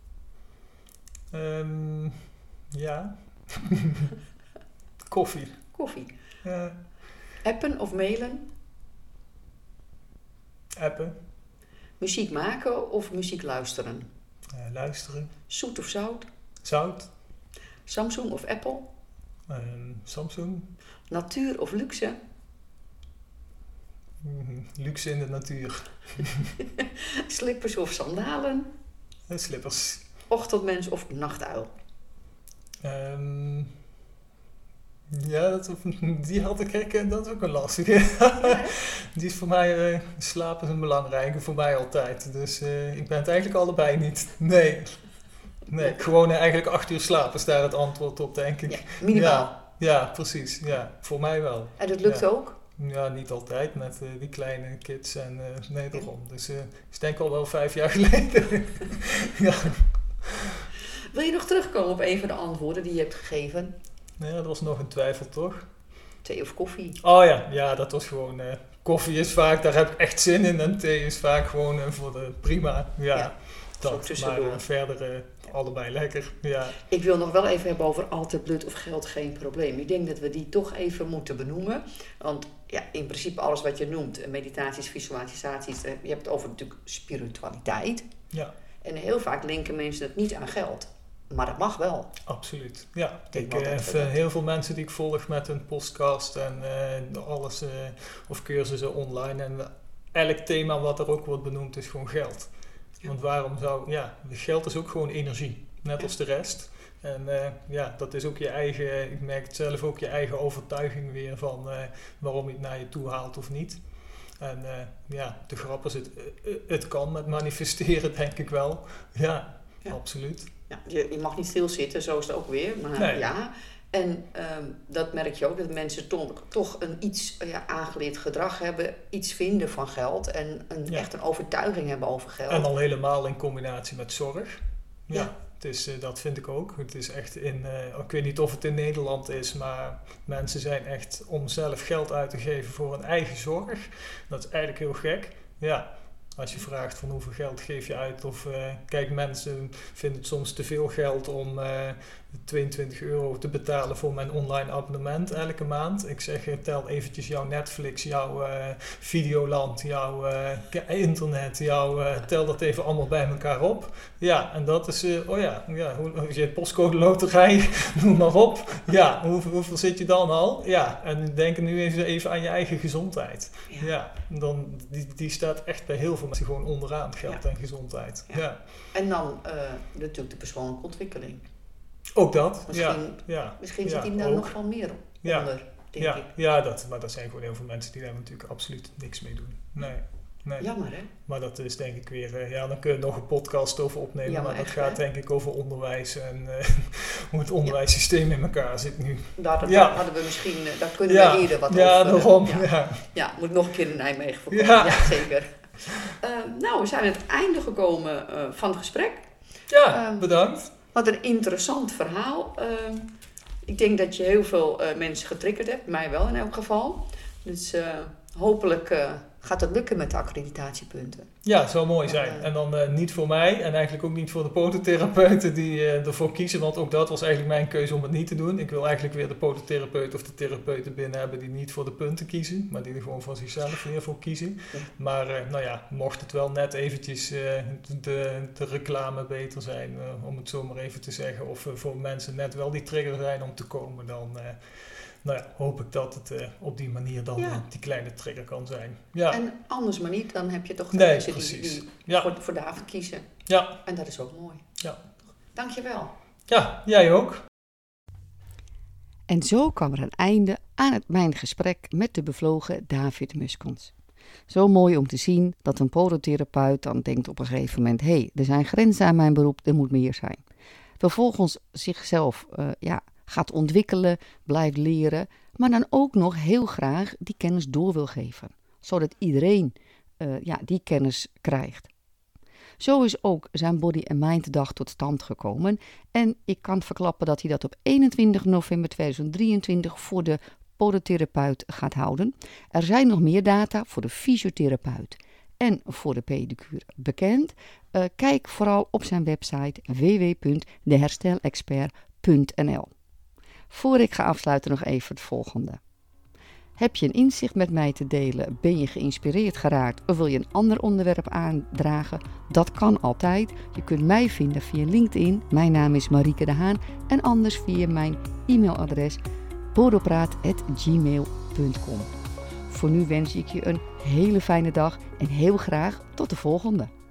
Um, ja. Koffie. Koffie. Uh, Appen of mailen? Appen. Muziek maken of muziek luisteren? Uh, luisteren. Zoet of zout? Zout. Samsung of Apple? Uh, Samsung. Natuur of luxe? Mm-hmm. Luxe in de natuur. Slippers of sandalen? Uh, slippers. Ochtendmens of nachtuil? Um, Ja, dat, die had ik herkend. Dat is ook een lastige. Ja, Die is voor mij, uh, slapen is een belangrijke, voor mij altijd. Dus uh, ik ben het eigenlijk allebei niet. Nee. Nee, gewoon uh, eigenlijk acht uur slapen is daar het antwoord op, denk ik. ja, minimaal. Ja, ja, precies. Ja, voor mij wel. En dat lukt ja. ook? Ja, niet altijd met uh, die kleine kids en uh, nee, daarom. Dus uh, is denk ik al wel vijf jaar geleden. Ja. Wil je nog terugkomen op een van de antwoorden die je hebt gegeven? Ja, dat was nog een twijfel, toch? Thee of koffie? Oh ja, ja, dat was gewoon... Uh, koffie is vaak, daar heb ik echt zin in. En thee is vaak gewoon uh, voor de prima. Ja, Ja, zo dat. tussendoor. Maar uh, verder uh, allebei lekker. Ja. Ik wil nog wel even hebben over altijd blut of geld geen probleem. Ik denk dat we die toch even moeten benoemen. Want ja, in principe alles wat je noemt, meditaties, visualisaties, je hebt het over natuurlijk spiritualiteit. Ja. En heel vaak linken mensen het niet aan geld. Maar dat mag wel. Absoluut, ja. denk Ik wel dat heb we uh, dat- heel veel mensen die ik volg met een podcast en uh, alles, uh, of cursussen online. En elk thema wat er ook wordt benoemd is gewoon geld. Ja. Want waarom zou, ja, geld is ook gewoon energie, net Ja. als de rest. En uh, ja, dat is ook je eigen, ik merk het zelf ook, je eigen overtuiging weer van uh, waarom je het naar je toe haalt of niet. En uh, ja, de grap is, het, uh, het kan met manifesteren denk ik wel. Ja, Ja. absoluut. Ja, je, je mag niet stilzitten, zo is het ook weer. Maar Nee. ja. En um, dat merk je ook, dat mensen toch, toch een iets ja, aangeleerd gedrag hebben, iets vinden van geld en een, Ja. echt een overtuiging hebben over geld. En al helemaal in combinatie met zorg. Ja, Ja. het is, uh, dat vind ik ook. Het is echt in, uh, ik weet niet of het in Nederland is, maar mensen zijn echt om zelf geld uit te geven voor hun eigen zorg. Dat is eigenlijk heel gek. Ja, als je vraagt van hoeveel geld geef je uit of uh, kijk, mensen vinden het soms te veel geld om uh, tweeëntwintig euro te betalen voor mijn online abonnement elke maand. Ik zeg, tel eventjes jouw Netflix, jouw uh, Videoland, jouw uh, internet, jouw, uh, tel dat even allemaal bij elkaar op. Ja, en dat is, uh, oh ja, ja hoe, je postcode loterij, noem maar op. Ja, hoe, hoeveel zit je dan al? Ja, en denk nu even, even aan je eigen gezondheid. Ja. Ja, dan, die, die staat echt bij heel veel mensen gewoon onderaan, geld Ja. en gezondheid. Ja. Ja. En dan uh, natuurlijk de persoonlijke ontwikkeling. Ook dat, Misschien, ja. ja. misschien ja, zit die daar ook. nog wel meer Ja. onder, denk Ja, ik. ja dat, maar er zijn gewoon heel veel mensen die daar natuurlijk absoluut niks mee doen. Nee, nee. Jammer, hè? Maar dat is denk ik weer, uh, ja, dan kun je nog een podcast over opnemen. Ja, maar maar dat echt, gaat hè? denk ik over onderwijs en uh, hoe het onderwijssysteem in elkaar zit nu. Daar, daar Ja. hadden we misschien, uh, daar kunnen Ja, we eerder wat ja, over. daarom. Ja. Ja. Ja, moet nog een keer in Nijmegen voorkomen. Ja. Ja, zeker. Uh, nou, we zijn aan het einde gekomen uh, van het gesprek. Ja, Um, bedankt. Wat een interessant verhaal. Uh, ik denk dat je heel veel uh, mensen getriggerd hebt. Mij wel in elk geval. Dus uh, hopelijk uh, gaat het lukken met de accreditatiepunten. Ja, het zou mooi zijn. Uh, En dan uh, niet voor mij en eigenlijk ook niet voor de podotherapeuten die uh, ervoor kiezen. Want ook dat was eigenlijk mijn keuze om het niet te doen. Ik wil eigenlijk weer de podotherapeut of de therapeuten binnen hebben die niet voor de punten kiezen. Maar die er gewoon voor zichzelf weer voor kiezen. Ja. Maar uh, nou ja, mocht het wel net eventjes uh, de, de reclame beter zijn, uh, om het zo maar even te zeggen. Of uh, voor mensen net wel die trigger zijn om te komen, dan... Uh, Nou ja, hoop ik dat het uh, op die manier dan Ja. uh, die kleine trigger kan zijn. Ja, En anders maar niet, dan heb je toch de Nee, mensen die, precies. die Ja. voor, voor David kiezen. ja, En dat is ook mooi. Ja. Dankjewel. ja, jij ook. En zo kwam er een einde aan het, mijn gesprek met de bevlogen David Muskans. Zo mooi om te zien dat een podotherapeut dan denkt op een gegeven moment... hé, hey, er zijn grenzen aan mijn beroep, er moet meer zijn. Vervolgens zichzelf uh, ja, gaat ontwikkelen, blijft leren... maar dan ook nog heel graag die kennis door wil geven. Zodat iedereen uh, ja, die kennis krijgt. Zo is ook zijn Body and Mind dag tot stand gekomen. En ik kan verklappen dat hij dat op eenentwintig november tweeduizend drieëntwintig voor de podotherapeut gaat houden. Er zijn nog meer data voor de fysiotherapeut en voor de pedicure bekend. Uh, kijk vooral op zijn website w w w punt de herstelexpert punt n l. Voor ik ga afsluiten nog even het volgende. Heb je een inzicht met mij te delen? Ben je geïnspireerd geraakt of wil je een ander onderwerp aandragen? Dat kan altijd. Je kunt mij vinden via LinkedIn. Mijn naam is Marieke de Haan. En anders via mijn e-mailadres podopraat apenstaartje gmail punt com. Voor nu wens ik je een hele fijne dag en heel graag tot de volgende.